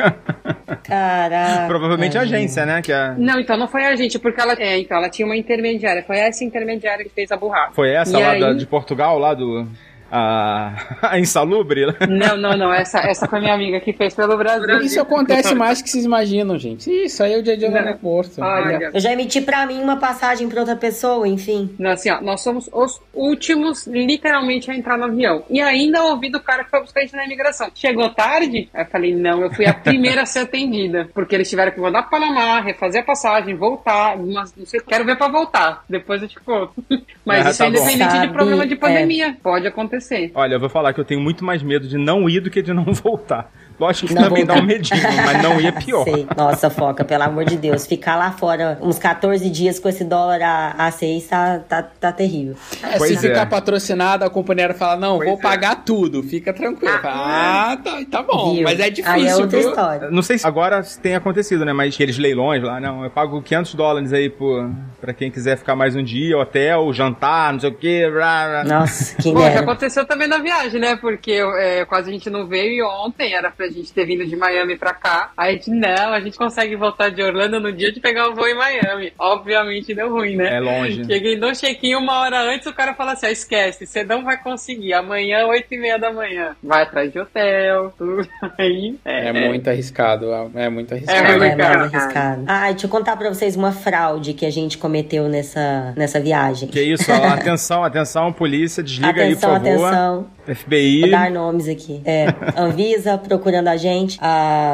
Caraca. Provavelmente a agência, né? Que a... Não, então não foi a gente, porque ela, é, então, ela tinha uma intermediária, foi essa intermediária que fez a burrada. Foi essa e lá aí... da, de Portugal, lá do... A, a insalubre? Não, não, não. Essa, essa foi minha amiga que fez pelo Brasil. Isso acontece mais que vocês imaginam, gente. Isso aí é o dia a dia no aeroporto. Olha. Eu já emiti pra mim uma passagem pra outra pessoa, enfim. Não, assim, ó, nós somos os últimos, literalmente, a entrar no avião. E ainda ouvi do cara que foi buscar a gente na imigração. Chegou tarde? Aí eu falei, não, eu fui a primeira a ser atendida. Porque eles tiveram que mandar pro Panamá, refazer a passagem, voltar. Mas não sei, quero ver pra voltar. Depois eu te conto. Mas Ah, isso tá é independente bom. de problema de pandemia. É. Pode acontecer. Olha, eu vou falar que eu tenho muito mais medo de não ir do que de não voltar. Lógico que Não também voltar. dá um medinho, mas não ir é pior. Sei. Nossa, Foca, pelo amor de Deus. Ficar lá fora uns catorze dias com esse dólar a, a seis tá, tá, tá terrível. É, Pois se é. ficar patrocinado, a companheira fala, não, Pois vou é. pagar tudo, fica tranquilo. Ah, tá, tá bom, Viu? mas é Aí é difícil, outra viu? história. Não sei se agora tem acontecido, né? Mas aqueles leilões lá, não, eu pago quinhentos dólares aí por, pra quem quiser ficar mais um dia, hotel, jantar, não sei o quê. Blá, blá. Nossa, quem Bom, que dera. aconteceu também na viagem, né? Porque é, quase a gente não veio e ontem era pra gente ter vindo de Miami pra cá. Aí a gente, não, a gente consegue voltar de Orlando no dia de pegar o voo em Miami. Obviamente deu ruim, né? É longe. Cheguei no check-in uma hora antes, o cara fala assim, ó, esquece, você não vai conseguir. Amanhã, oito e meia da manhã. Vai atrás de hotel, tudo. Aí, É, é, muito arriscado, é muito arriscado. É É, muito muito arriscado. arriscado. Ah, deixa eu contar pra vocês uma fraude que a gente cometeu nessa, nessa viagem. Que isso, ó, atenção, atenção, polícia, desliga Atenção, aí, por favor. atenção. F B I. Vou dar nomes aqui. É, Anvisa procurando a gente. Ah,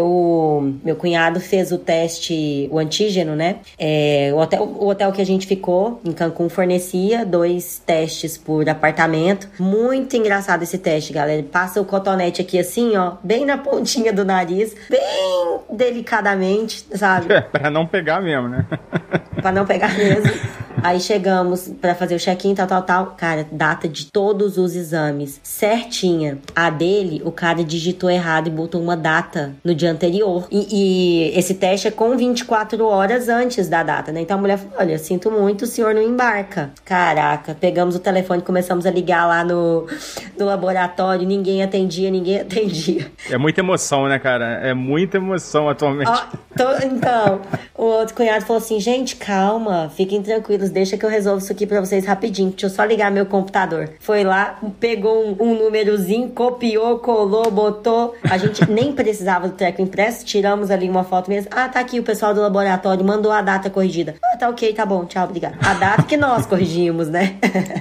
meu, meu cunhado fez o teste, o antígeno, né? É, o, hotel, o hotel que a gente ficou, em Cancún, fornecia dois testes por apartamento. Muito engraçado esse teste, galera. Passa o cotonete aqui assim, ó, bem na pontinha do nariz, bem delicadamente, sabe? É, pra não pegar mesmo, né? Pra não pegar mesmo. Aí chegamos pra fazer o check-in, tal, tal, tal. Cara, data de todos os exames certinha. A dele, o cara digitou errado e botou uma data no dia anterior. E, e esse teste é com vinte e quatro horas antes da data, né? Então a mulher falou, olha, sinto muito, o senhor não embarca. Caraca, pegamos o telefone, começamos a ligar lá no, no laboratório, ninguém atendia, ninguém atendia. É muita emoção, né, cara? É muita emoção atualmente. Ó, tô- então, o outro cunhado falou assim, gente, calma, fiquem tranquilos, deixa que eu resolvo isso aqui pra vocês rapidinho, deixa eu só ligar meu computador. Foi lá, pegou um, um númerozinho, copiou, colou, botou, a gente nem precisava do treco impresso, tiramos ali uma foto mesmo, ah, tá aqui, o pessoal do laboratório mandou a data corrigida. Ah, tá ok, tá bom, tchau, obrigado. A data que nós corrigimos, né?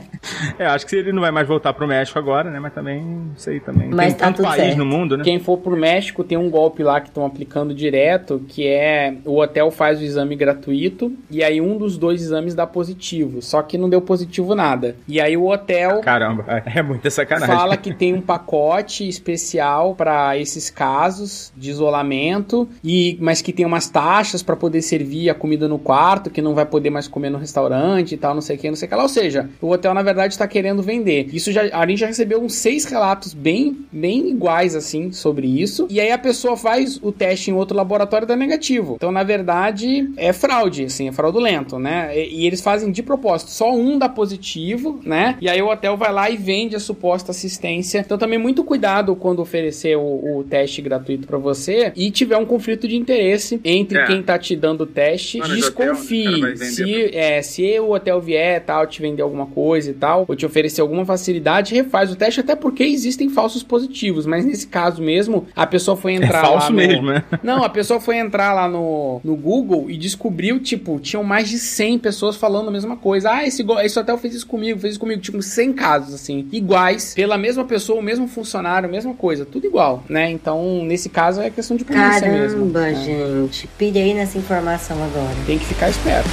É, acho que ele não vai mais voltar pro México agora, né? Mas também, não sei também. Mas tem tá tanto tudo país certo. no mundo, né? Quem for pro México tem um golpe lá que estão aplicando direto, que é o hotel faz o exame gratuito e aí um dos dois exames dá positivo, só que não deu positivo nada. E aí o hotel Caramba, é muita sacanagem. fala que tem um pacote especial para esses casos de isolamento, e, mas que tem umas taxas para poder servir a comida no quarto, que não vai poder mais comer no restaurante e tal, não sei o que, não sei o que lá. Ou seja, o hotel na verdade está querendo vender. Isso já, a gente já recebeu uns seis relatos bem, bem iguais assim sobre isso. E aí a pessoa faz o teste em outro laboratório e dá negativo. negativo. Então, na verdade, é fraude, assim, é fraudulento, né? E, e eles fazem de propósito. Só um dá positivo, né? E aí o hotel vai lá e vende a suposta assistência. Então, também muito cuidado quando oferecer o, o teste gratuito pra você e tiver um conflito de interesse entre é. quem tá te dando o teste. Mano, desconfie. Hotel, se, é, se o hotel vier, tal, te vender alguma coisa e tal, ou te oferecer alguma facilidade, refaz o teste, até porque existem falsos positivos. Mas nesse caso mesmo, a pessoa foi entrar é falso lá no... mesmo, né? Não, a pessoa foi entrar lá no, no Google e descobriu, tipo, tinham mais de cem pessoas falando a mesma coisa. Ah, esse, esse hotel fez isso comigo, fez isso comigo. Tipo, cem casos, assim, iguais, pela mesma pessoa, o mesmo funcionário, a mesma coisa, tudo igual, né? Então, nesse caso, é questão de polícia Caramba, mesmo. Caramba, gente. É. Pirei nessa informação agora. Tem que ficar esperto.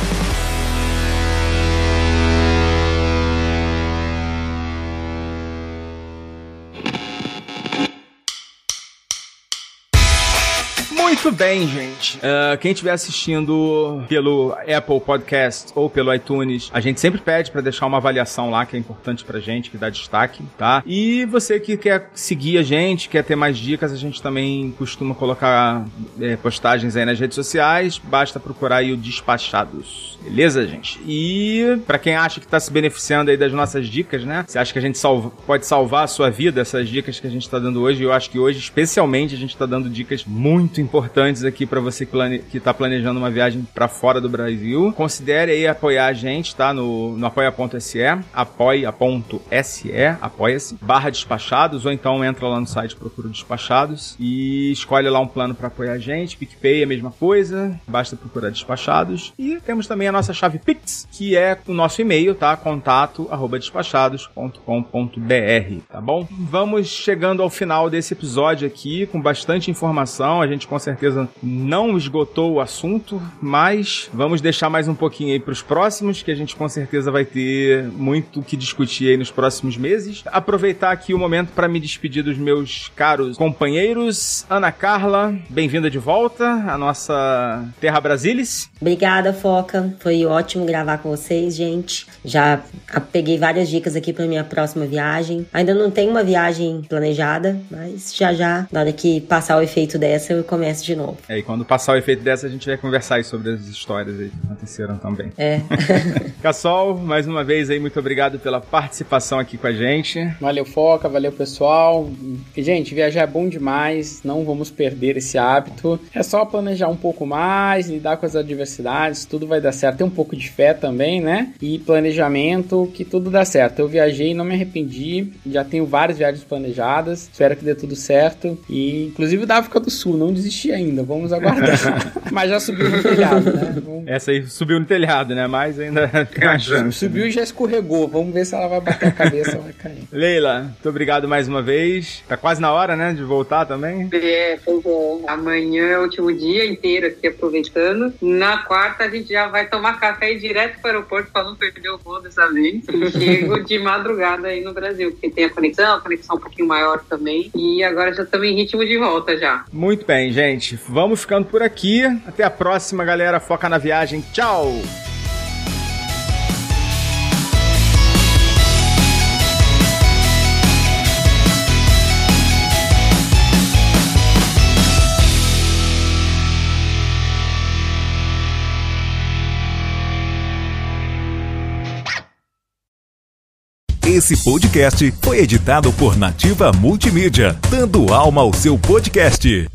Muito bem, gente. Uh, quem estiver assistindo pelo Apple Podcast ou pelo iTunes, a gente sempre pede para deixar uma avaliação lá, que é importante pra gente, que dá destaque, tá? E você que quer seguir a gente, quer ter mais dicas, a gente também costuma colocar é, postagens aí nas redes sociais, basta procurar aí o Despachados. Beleza, gente? E pra quem acha que tá se beneficiando aí das nossas dicas, né? Você acha que a gente salva, pode salvar a sua vida, essas dicas que a gente tá dando hoje? Eu acho que hoje, especialmente, a gente tá dando dicas muito importantes aqui pra você que, plane... que tá planejando uma viagem pra fora do Brasil. Considere aí apoiar a gente, tá? No, no apoia.se, apoia.se, apoia-se, barra Despachados, ou então entra lá no site, procura Despachados e escolhe lá um plano pra apoiar a gente. PicPay é a mesma coisa, basta procurar Despachados. E temos também a nossa chave Pix, que é o nosso e-mail, tá? Contato arroba despachados ponto com ponto b r, tá bom? Vamos chegando ao final desse episódio aqui, com bastante informação. A gente com certeza não esgotou o assunto, mas vamos deixar mais um pouquinho aí pros próximos, que a gente com certeza vai ter muito o que discutir aí nos próximos meses. Aproveitar aqui o momento para me despedir dos meus caros companheiros. Ana Carla, bem-vinda de volta à nossa Terra Brasilis. Obrigada, Foca. Foi ótimo gravar com vocês, gente. Já peguei várias dicas aqui para minha próxima viagem. Ainda não tenho uma viagem planejada, mas já já, na hora que passar o efeito dessa, eu começo de novo. É, e quando passar o efeito dessa, a gente vai conversar aí sobre as histórias aí que aconteceram também. É. Cassol, mais uma vez aí, muito obrigado pela participação aqui com a gente. Valeu, Foca, valeu, pessoal. E, gente, viajar é bom demais, não vamos perder esse hábito. É só planejar um pouco mais, lidar com as adversidades, tudo vai dar certo. Tem um pouco de fé também, né? E planejamento, que tudo dá certo. Eu viajei, não me arrependi, já tenho várias viagens planejadas, espero que dê tudo certo. E, inclusive, da África do Sul, não desisti ainda, vamos aguardar. Mas já subiu no telhado, né? Vamos... Essa aí subiu no telhado, né? Mas ainda tem uma chance. Subiu e já escorregou, vamos ver se ela vai bater a cabeça ou vai cair. Leila, muito obrigado mais uma vez. Tá quase na hora, né, de voltar também? É, pois é. Amanhã é o último dia inteiro aqui aproveitando. Na quarta a gente já vai tomar café e ir direto para o aeroporto para não perder o voo dessa vez. E chego de madrugada aí no Brasil, porque tem a conexão, a conexão um pouquinho maior também. E agora já estamos em ritmo de volta já. Muito bem, gente. Vamos ficando por aqui. Até a próxima, galera. Foca na viagem. Tchau! Esse podcast foi editado por Nativa Multimídia, dando alma ao seu podcast.